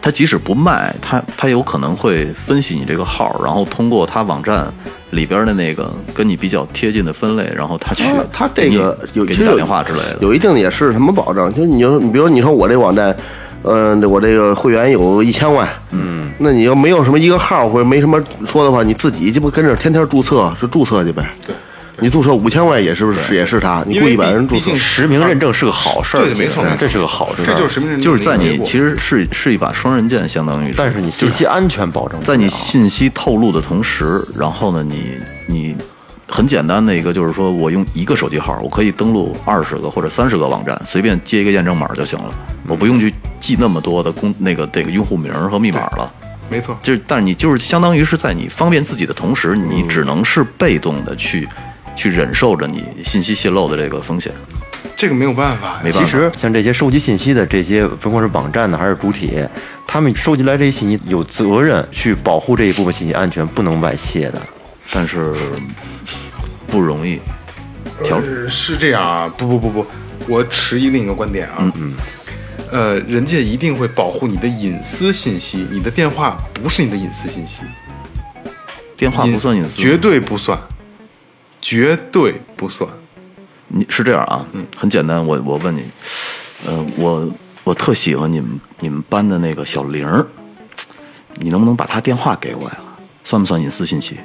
他即使不卖，他他有可能会分析你这个号，然后通过他网站里边的那个跟你比较贴近的分类，然后他去他这个有给你打电话之类的， 有一定也是什么保障？就你就你比如你说我这网站。嗯、呃，我这个会员有一千万，嗯，那你要没有什么一个号或者没什么说的话，你自己就不跟着天天注册，是注册去呗？ 对， 你注册五千万也是不是也是他？你雇一百人注册， 实名认证是个好事儿， 对，没错， 这是个好事儿， 这就是实名认证， 就是在你其实是是一把双刃剑，相当于， 但是你信息安全保证， 在你信息透露的同时，然后呢，你你。很简单的一个就是说，我用一个手机号，我可以登录二十个或者三十个网站，随便接一个验证码就行了，我不用去记那么多的公那个这个用户名和密码了。 没错， 就是但是你就是相当于是在你方便自己的同时，你只能是被动的去去忍受着你信息泄露的这个风险。 这个没有办法， 没办法。 其实像这些收集信息的这些，甭管是网站呢还是主体，他们收集来这些信息有责任去保护这一部分信息安全，不能外泄的。 但是不容易调整、 呃、是这样啊，不不不不，我持一另一个观点啊，嗯嗯，呃，人家一定会保护你的隐私信息，你的电话不是你的隐私信息， 电话不算隐私， 绝对不算，绝对不算。 你是这样啊，嗯，很简单，我我问你，呃，我我特喜欢你们你们班的那个小玲，你能不能把她电话给我呀？算不算隐私信息？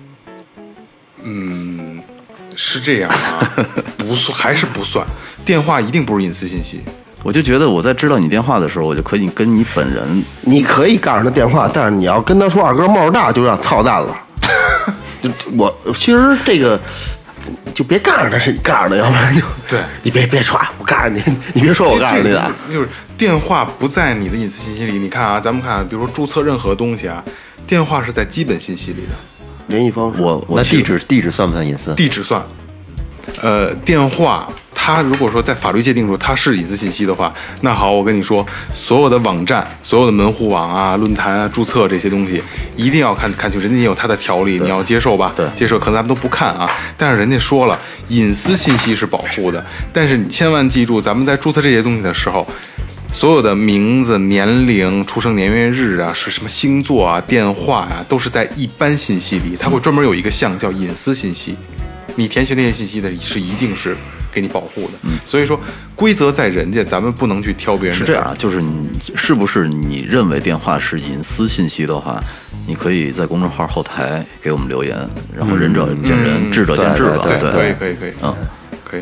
嗯，是这样啊，不算，还是不算。电话一定不是隐私信息。 我就觉得我在知道你电话的时候，我就可以跟你本人， 你可以告诉他电话，但是你要跟他说二哥帽大，就让操蛋了。就我其实这个就别告诉他是你告诉的，要不然就对你别别说，我告诉你，你别说我告诉你的， 就是电话不在你的隐私信息里。你看啊，咱们看，比如说注册任何东西啊，电话是在基本信息里的。 联系方式， 我我那地址地址算不算隐私？ 地址算，呃，电话它如果说在法律界定说它是隐私信息的话，那好，我跟你说，所有的网站、所有的门户网啊、论坛啊、注册这些东西，一定要看看清，人家也有它的条例，你要接受吧？ 对， 接受，可能咱们都不看啊，但是人家说了，隐私信息是保护的，但是你千万记住，咱们在注册这些东西的时候。所有的名字、年龄、出生年月日啊，是什么星座啊、电话啊，都是在一般信息里，它会专门有一个项叫隐私信息。你填写那些信息的是一定是给你保护的。嗯，所以说规则在人家，咱们不能去挑别人的。 是这样，就是你是不是你认为电话是隐私信息的话，你可以在公众号后台给我们留言，然后仁者见仁，智者见智吧。 对， 对， 可以，可以，可以， 嗯， 可以。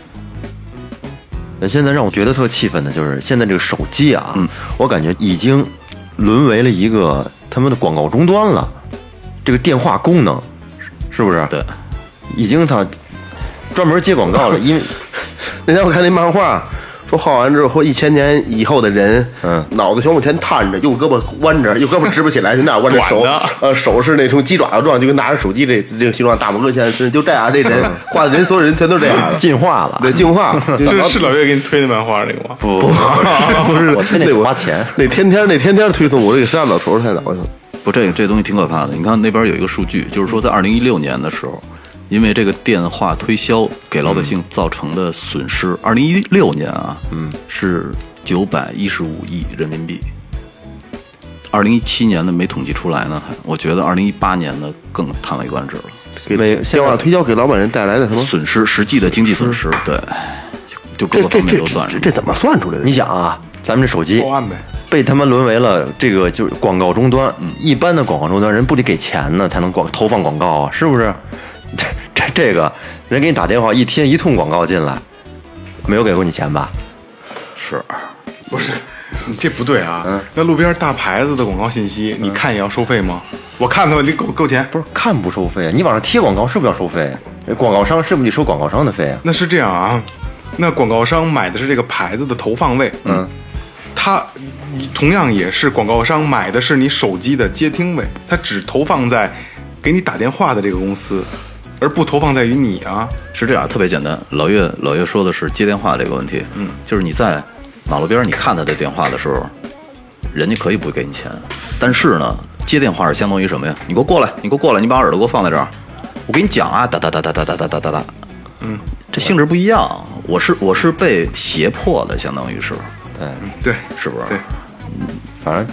那现在让我觉得特气愤的就是现在这个手机啊，嗯，我感觉已经沦为了一个他们的广告终端了。这个电话功能是不是？ 对， 已经它专门接广告了。因为那天我看那漫画说画完之后，一千年以后的人， 嗯， 脑袋全往前探着，右胳膊弯着，右胳膊直不起来，就那样弯着手，呃，手是那种鸡爪子状，就跟拿着手机这这个形状，大拇哥现在是就这样，这人画的人所有人全都这样， 进化了， 对，进化。 是是老岳给你推的漫画那个吗？ 不不不是，我推那个花钱， 那天天那天天推送我这个山老头太脑袋。 不，这个这东西挺可怕的。你看那边有一个数据，就是说在二零一六年的时候，因为这个电话推销给老百姓造成的损失，二零一六年啊，嗯，是九百一十五亿人民币。二零一七年的没统计出来呢，我觉得二零一八年的更叹为观止了。 给电话推销给老百姓带来的什么损失？实际的经济损失，对，就各个方面都算上。 这怎么算出来的？ 你想啊，咱们这手机报案呗。 被他们沦为了这个就是广告终端，嗯，一般的广告终端人不得给钱呢才能广投放广告啊，是不是？这这这个人给你打电话一天一通广告进来，没有给过你钱吧？ 是， 不是？你这不对啊！嗯，那路边大牌子的广告信息，你看也要收费吗？我看他们你够够钱？ 不是看不收费啊？你往上贴广告是不是要收费？广告商是不是得收广告商的费啊？ 那是这样啊，那广告商买的是这个牌子的投放位，嗯。它同样也是广告商买的是你手机的接听位，它只投放在给你打电话的这个公司，而不投放在于你啊。 是这样，特别简单。老岳老岳说的是接电话这个问题，嗯，就是你在马路边你看他的电话的时候，人家可以不给你钱，但是呢，接电话是相当于什么呀？你给我过来，你给我过来，你把耳朵给我放在这儿，我给你讲啊，哒哒哒哒哒哒哒哒哒哒，嗯，这性质不一样。我是我是被胁迫的，相当于是。 对对， 是不是？ 对， 反正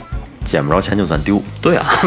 捡不着钱就算丢。 对啊，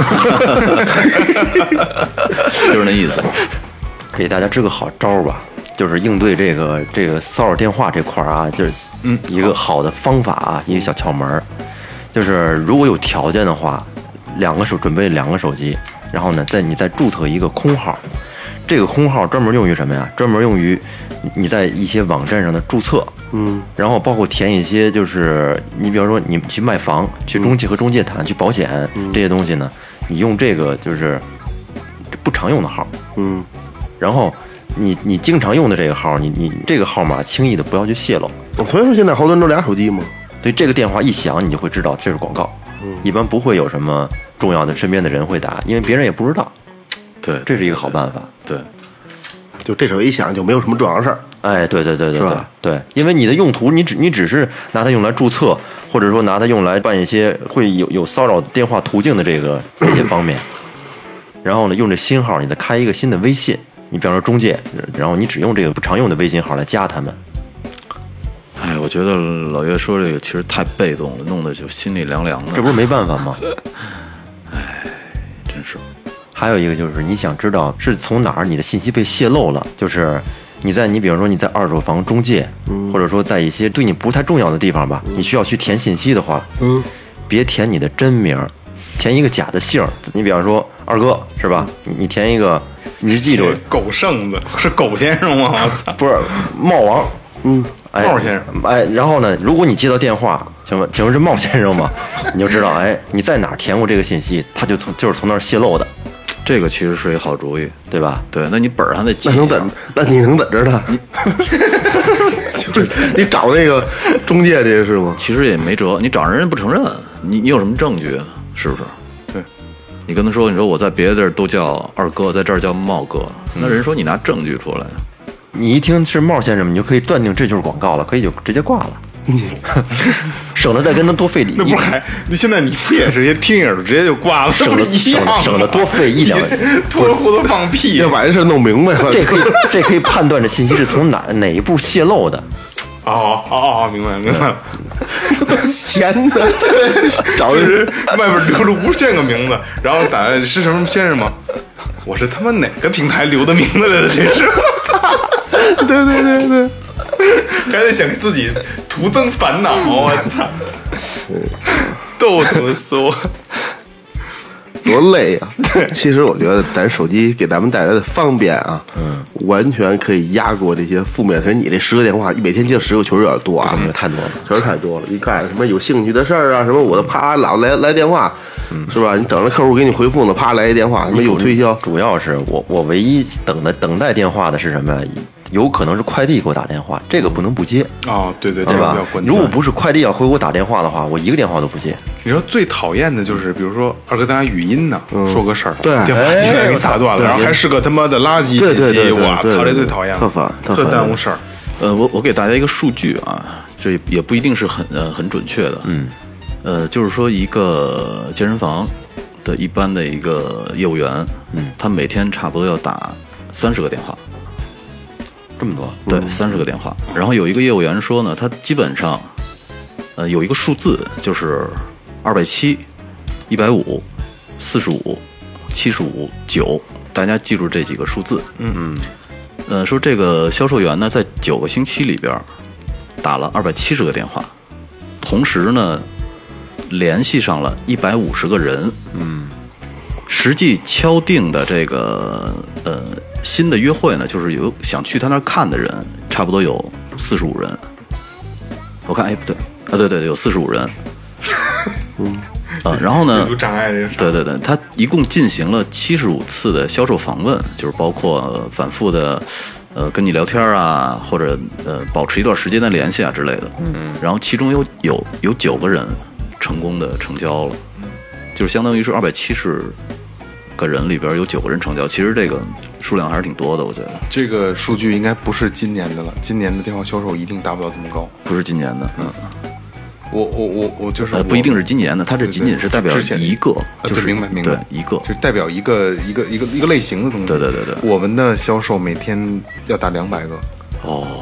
就是那意思。 给大家支个好招吧，就是应对这个这个骚扰电话这块儿啊，就是一个好的方法啊，一个小窍门儿，就是如果有条件的话，两个手准备两个手机，然后呢，再你再注册一个空号，这个空号专门用于什么呀？专门用于你在一些网站上的注册，嗯，然后包括填一些，就是你比方说你去卖房、去中介和中介谈、去保险这些东西呢，你用这个就是不常用的号，嗯。然后你你经常用的这个号，你你这个号码轻易的不要去泄露。 所以说现在好多人都俩手机嘛， 所以这个电话一响，你就会知道这是广告。嗯，一般不会有什么重要的身边的人会打，因为别人也不知道。 对， 这是一个好办法。 对， 就这手一响就没有什么重要事儿。 哎，对对对对对吧对，因为你的用途，你只你只是拿它用来注册，或者说拿它用来办一些会有有骚扰电话途径的这个这些方面。然后呢，用这新号，你再开一个新的微信。你比方说中介，然后你只用这个不常用的微信号来加他们。 哎，我觉得老岳说这个其实太被动了，弄得就心里凉凉的。 这不是没办法吗？ 哎，真是。 还有一个就是你想知道是从哪儿你的信息被泄露了，就是你在你比方说你在二手房中介，嗯、或者说在一些对你不太重要的地方吧，嗯、你需要去填信息的话，嗯，别填你的真名，填一个假的姓。你比方说二哥是吧？你你填一个。你是记住， 狗剩子是狗先生吗？我操， 不是茂王，嗯， 哎，茂先生， 哎，然后呢，如果你接到电话，请问，请问是茂先生吗？你就知道，哎，你在哪儿填过这个信息，他就从就是从那儿泄露的。 这个其实是一好主意， 对吧？ 对，那你本儿还得记， 那能怎？那你能怎着呢？你就是你找那个中介去是吗？ 其实也没辙，你找人人不承认，你你有什么证据？是不是？ 对。 你跟他说，你说我在别的地儿都叫二哥，在这儿叫茂哥，那人说你拿证据出来， 你一听是茂先生，你就可以断定这就是广告了，可以就直接挂了，省得再跟他多费力。 那不是还？那现在你不也是些听影直接就挂了， 省得省得省得多费一两， 脱了裤子放屁， 要把这事弄明白了。 这可以这可以判断这信息是从哪哪一步泄露的。 哦哦哦，明白明白了。 闲的， 对，找人外边留了无限个名字，然后打来是什么先生吗？我是他妈哪个平台留的名字来的？这是我操！ 对对对对， 还得想给自己徒增烦恼，我操！逗他妈死我！ 多累啊！其实我觉得咱手机给咱们带来的方便啊，嗯，完全可以压过这些负面。其实你这十个电话，每天接十个确实有点多啊， 太多了， 确实太多了。一看什么有兴趣的事儿啊，什么我的啪老来来电话，嗯，是吧？你等着客户给你回复呢，啪来一电话，什么有推销。 主要是我我唯一等的等待电话的是什么呀？有可能是快递给我打电话，这个不能不接哦，对对对吧？如果不是快递要回我打电话的话，我一个电话都不接。 你说最讨厌的就是，比如说二哥咱俩语音呢，嗯、说个事儿， 对， 电话机给你打断了，然后还是个他妈的垃圾信息，我操，这最讨厌了， 特烦， 特耽误事儿。 呃，我我给大家一个数据啊，这也不一定是很呃很准确的，嗯，呃，就是说一个健身房的一般的一个业务员，嗯，他每天差不多要打三十个电话。 这么多？ 对，三十个电话。然后有一个业务员说呢，他基本上，呃，有一个数字就是二百七、一百五、四十五、七十五、九，大家记住这几个数字。嗯嗯。呃，说这个销售员呢，在九个星期里边打了二百七十个电话，同时呢，联系上了一百五十个人。嗯。实际敲定的这个呃。新的约会呢，就是有想去他那儿看的人，差不多有四十五人。我看，哎，不对，啊，对对对，有四十五人。嗯，啊，然后呢， 障碍对对对，他一共进行了七十五次的销售访问，就是包括、呃、反复的呃跟你聊天啊，或者呃保持一段时间的联系啊之类的。嗯，然后其中有有有九个人成功的成交了，就是相当于是二百七十个人里边有九个人成交，其实这个数量还是挺多的，我觉得。 这个数据应该不是今年的了，今年的电话销售一定达不到这么高。 不是今年的，嗯。 我我我我就是、呃、 不一定是今年的，它这仅仅是代表一个， 对对就是明白明白对一个， 就是代表一个一个一个一个类型的东西。 对对对对， 我们的销售每天要打两百个。 哦，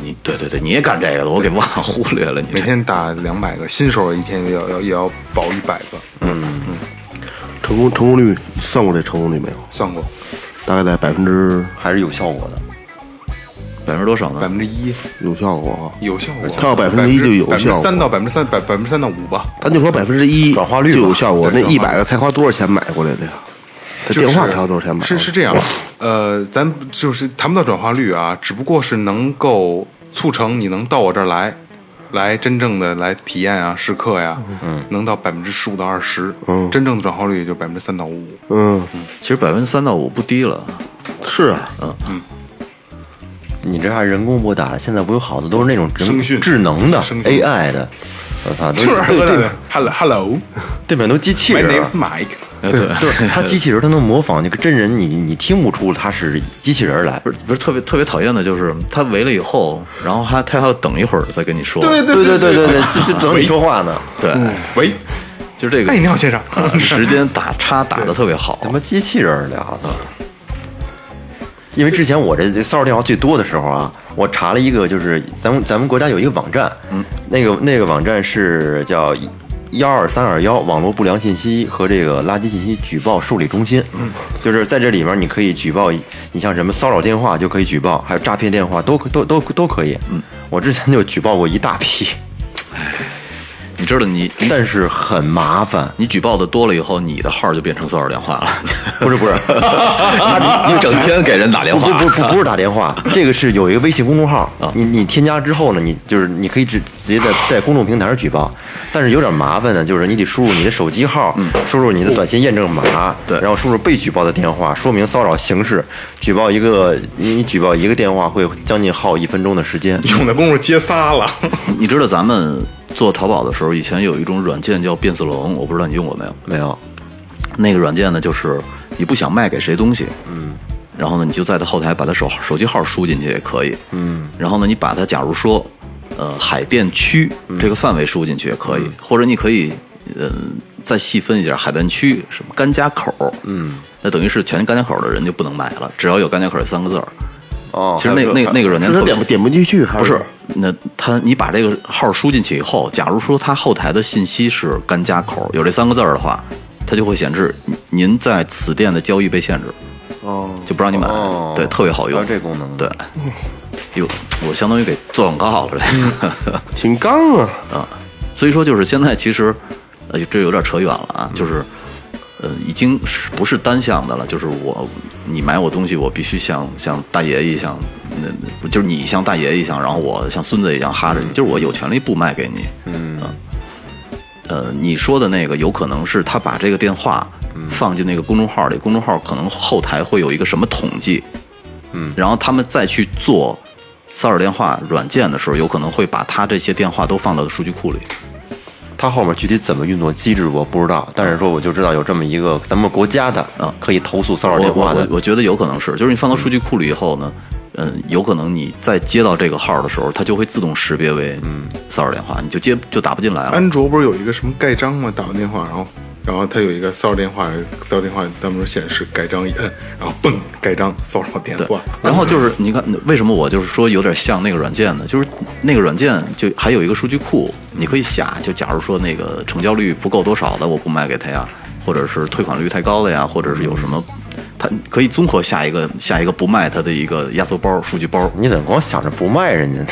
你对对对，你也干这个了，我给忘忽略了你。 每天打两百个，新手一天也要要也要保一百个。嗯嗯， 成功成功率算过这成功率没有？ 算过， 大概在百分之还是有效果的。 百分之多少呢？ 百分之一有效果， 有效果， 跳到百分之一就有效果， 百分之三到百分之三百百分之三到五吧。 咱就说百分之一转化率就有效果，那对一百个才花多少钱买过来的呀？他电话才花多少钱买？ 是是这样，呃，咱就是谈不到转化率啊，只不过是能够促成你能到我这儿来，来真正的来体验啊，试课呀，嗯，能到百分之十五到二十，嗯，真正的转化率也就百分之三到五， 嗯， 其实百分之三到五不低了。 是啊， 嗯嗯。 你这还人工拨打，现在不有好多都是那种人声讯智能的声讯 A I 的，我操，都就是对对面 ，hello hello， 对面都机器 my 人 name's Mike， 对，就是他机器人，他能模仿那个真人，你你听不出他是机器人来。 不是不是特别特别讨厌的就是他围了以后，然后他他还要等一会儿再跟你说。 对对对对对对，就就等你说话呢。 对， 喂， 就是这个。 哎，你好，先生， 时间打叉打的特别好。 他妈机器人的，我操！因为之前我这骚扰电话最多的时候啊，我查了一个，就是咱们咱们国家有一个网站，嗯，那个那个网站是叫幺二三二幺网络不良信息和这个垃圾信息举报受理中心，嗯，就是在这里面你可以举报，你像什么骚扰电话就可以举报，还有诈骗电话都都都都可以，嗯，我之前就举报过一大批。 你知道你， 但是很麻烦。 你举报的多了以后，你的号就变成骚扰电话了。 不是不是， 你你整天给人打电话， 不不不不是打电话，这个是有一个微信公众号，你你添加之后呢，你就是你可以直直接在在公众平台上举报，但是有点麻烦呢，就是你得输入你的手机号，输入你的短信验证码， 对， 然后输入被举报的电话，说明骚扰形式，举报一个你举报一个电话会将近耗一分钟的时间， 用的功夫接仨了。 你知道咱们做淘宝的时候，以前有一种软件叫变色龙，我不知道你用过没有？ 没有。 那个软件呢，就是你不想卖给谁东西，嗯，然后呢，你就在它后台把它手手机号输进去也可以，嗯，然后呢，你把它假如说，呃，海淀区这个范围输进去也可以，嗯、或者你可以，呃，再细分一下海淀区什么甘家口，嗯，那等于是全甘家口的人就不能买了，只要有甘家口这三个字儿。 哦， 其实那那那个软件他点不点不进去，还不是？那他你把这个号输进去以后，假如说他后台的信息是甘家口有这三个字儿的话，它就会显示您在此店的交易被限制，哦，就不让你买， 哦、 对，特别好用， 这功能， 对，哟，我相当于给做广告了，这个挺刚啊啊，所以说就是现在其实，呃，这有点扯远了啊，就是。呃，已经是不是单向的了？就是我，你买我东西，我必须像像大爷一样，那就是你像大爷一样，然后我像孙子一样哈着你，就是我有权利不卖给你。嗯，呃，你说的那个有可能是他把这个电话放进那个公众号里，公众号可能后台会有一个什么统计，嗯，然后他们再去做骚扰电话软件的时候，有可能会把他这些电话都放到数据库里。 它后面具体怎么运作机制我不知道，但是说我就知道有这么一个咱们国家的啊可以投诉骚扰电话的。 我我我觉得有可能是，就是你放到数据库里以后呢，嗯，有可能你在接到这个号的时候，它就会自动识别为嗯骚扰电话，你就接就打不进来了。 安卓不是有一个什么盖章吗？打完电话，然后然后它有一个骚扰电话，骚扰电话他们说显示盖章一摁，然后嘣盖章骚扰电话。 然后就是你看为什么我就是说有点像那个软件呢？就是那个软件就还有一个数据库，你可以下。就假如说那个成交率不够多少的，我不卖给他呀，或者是退款率太高的呀，或者是有什么，他可以综合下一个下一个不卖他的一个压缩包数据包。 你怎么光想着不卖人家？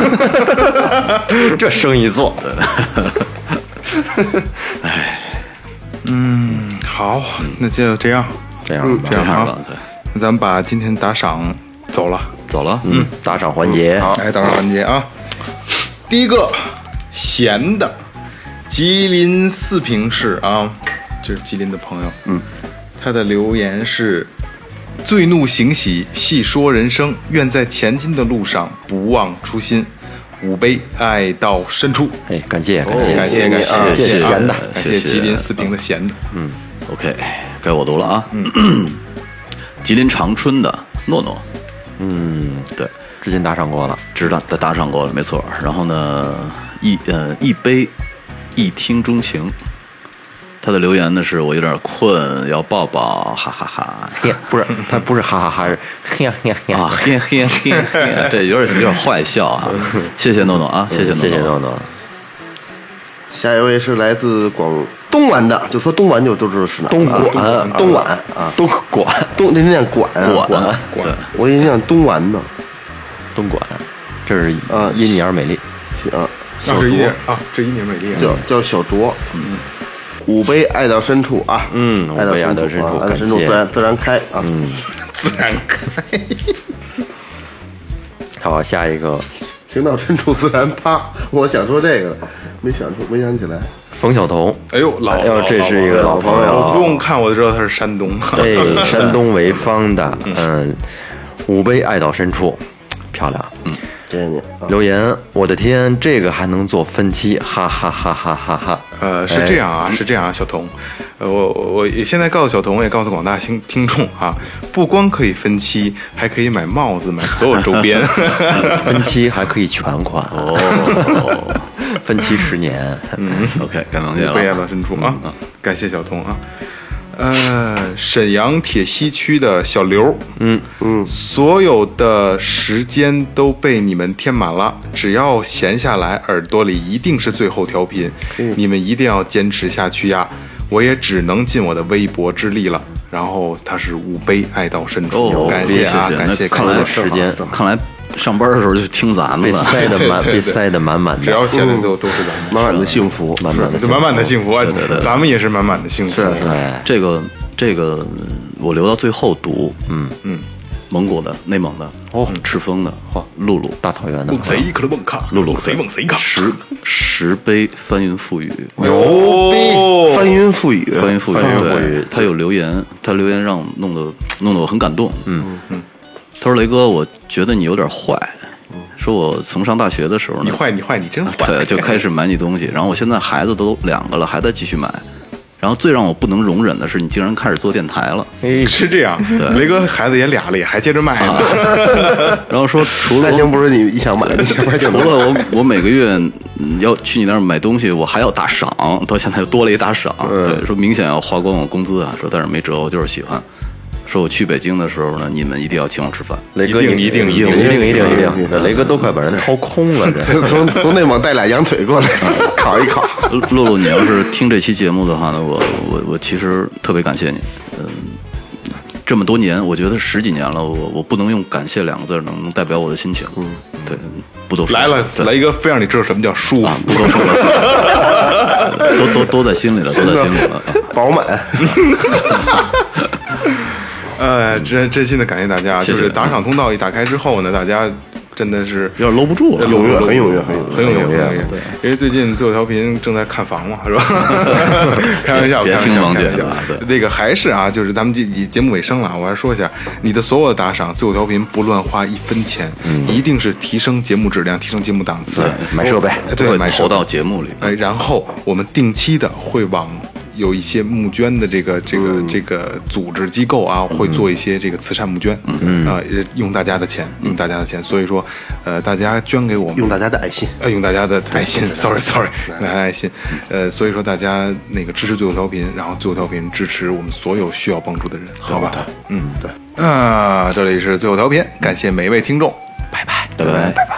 这生意做的。 哎。 嗯，好，那就这样， 这样， 这样吧。 那咱们把今天打赏走了， 走了。 嗯，打赏环节， 好，来打赏环节啊。第一个闲的，吉林四平市啊，这是吉林的朋友，嗯，他的留言是：醉怒行喜，细说人生，愿在前进的路上不忘初心。五杯爱到深处， 哎，感谢感谢感谢感谢谢谢闲的， 感谢吉林四平的闲的， 嗯 ，OK， 该我读了啊，嗯，吉林长春的诺诺，嗯，对， 之前打赏过了， 知道打赏过了，没错。然后呢，一呃一杯一听钟情， 他的留言呢是我有点困，要抱抱，哈哈哈。 嘿，不是，他不是哈哈哈，是嘿嘿嘿啊，嘿嘿嘿嘿，这有点有点坏笑啊。谢谢诺诺啊，谢谢诺诺， 谢谢诺诺。 下一位是来自广东莞的，就说东莞就都知道是哪。 东莞， 啊东莞啊， 东莞， 东那念莞莞莞，我以为念东莞呢。 东莞，这是啊因你而美丽啊，小啊，这一卓年啊，这一年美丽啊， 叫叫小卓，嗯，五杯爱到深处啊， 嗯爱到五杯爱到深处， 深处啊爱到深处感谢自然自然开啊，嗯， 自然开。 好，下一个情到深处自然趴。我想说这个，没想出，没想起来。 冯晓彤， 哎呦，老哎呦，这是一个老朋友， 不用看我就知道他是山东。 对，山东潍坊的，嗯，五杯爱到深处，漂亮，嗯。 谢谢你。 留言，我的天，这个还能做分期，哈哈哈哈哈哈！ 呃，是这样啊，是这样啊，小童，呃，我我也现在告诉小童，也告诉广大听听众啊，不光可以分期，还可以买帽子，买所有周边， 分期还可以全款哦，分期十年。 嗯 ，OK， 感谢悲哀到深处啊，感谢小童啊。呃，沈阳铁西区的小刘，嗯嗯，所有的时间都被你们填满了，只要闲下来，耳朵里一定是最后调频，嗯、你们一定要坚持下去呀！我也只能尽我的微薄之力了。然后他是五杯爱到深处， 哦、 感谢啊， 谢谢感谢， 看来时间， 看来上班的时候就听咱们被的， 塞的满，被塞的满满的， 只要闲着都都是咱们满满的幸福， 满满的满满的幸福啊！咱们也是满满的幸福。 是对， 这个这个我留到最后读，嗯嗯，蒙古的、内蒙的，哦，赤峰的，嚯，露露， 大草原的， 谁可能蒙卡？ 露露， 谁蒙谁卡？ 十十杯翻云覆雨， 牛逼！ 翻云覆雨， 翻云覆雨， 翻云覆雨对，他有留言，他留言让弄得弄得我很感动，嗯嗯，他说雷哥，我觉得你有点坏。说我从上大学的时候呢， 你坏你坏你真坏， 对，就开始买你东西，然后我现在孩子都两个了，还在继续买，然后最让我不能容忍的是，你竟然开始做电台了。 是这样，雷哥孩子也俩了，也还接着卖呢。 啊、然后说除了那行不是你想买，你想买就除了我我每个月要去你那儿买东西，我还要打赏，到现在又多了一打赏。嗯、对，说明显要花光我工资啊，说但是没辙，我就是喜欢。说我去北京的时候呢，你们一定要请我吃饭。 雷哥一定一定一定一定一定一定，雷哥都快把人掏空了，这从从内蒙带俩羊腿过来烤一烤。 露露，你要是听这期节目的话呢，我我我其实特别感谢你。嗯，这么多年，我觉得十几年了，我我不能用感谢两个字能能代表我的心情。嗯，对，不多说。 来了，来一个非让你知道什么叫舒服， 啊、不多说了，都都都在心里了，都在心里了， 饱满。 呃，真真心的感谢大家，就是打赏通道一打开之后呢，大家真的是有点搂不住了， 踊跃，很踊跃，很很踊跃，很踊跃。因为最近最后调频正在看房嘛，是吧？开玩笑， 别听王姐的。对， 那个还是啊，就是咱们以节目尾声了，我还说一下，你的所有的打赏，最后调频不乱花一分钱，一定是提升节目质量，提升节目档次， 买设备， 对，买投到节目里。 哎，然后我们定期的会往。有一些募捐的这个这个、嗯、这个组织机构啊，会做一些这个慈善募捐，嗯啊、呃，用大家的钱，用大家的钱，所以说，呃，大家捐给我们， 用大家的爱心， 呃，用大家的爱心，sorry sorry， 大家的爱心，呃，所以说大家那个支持最后调频，然后最后调频支持我们所有需要帮助的人，好吧？嗯，对，啊，这里是最后调频，感谢每一位听众，拜拜， 拜拜，拜拜。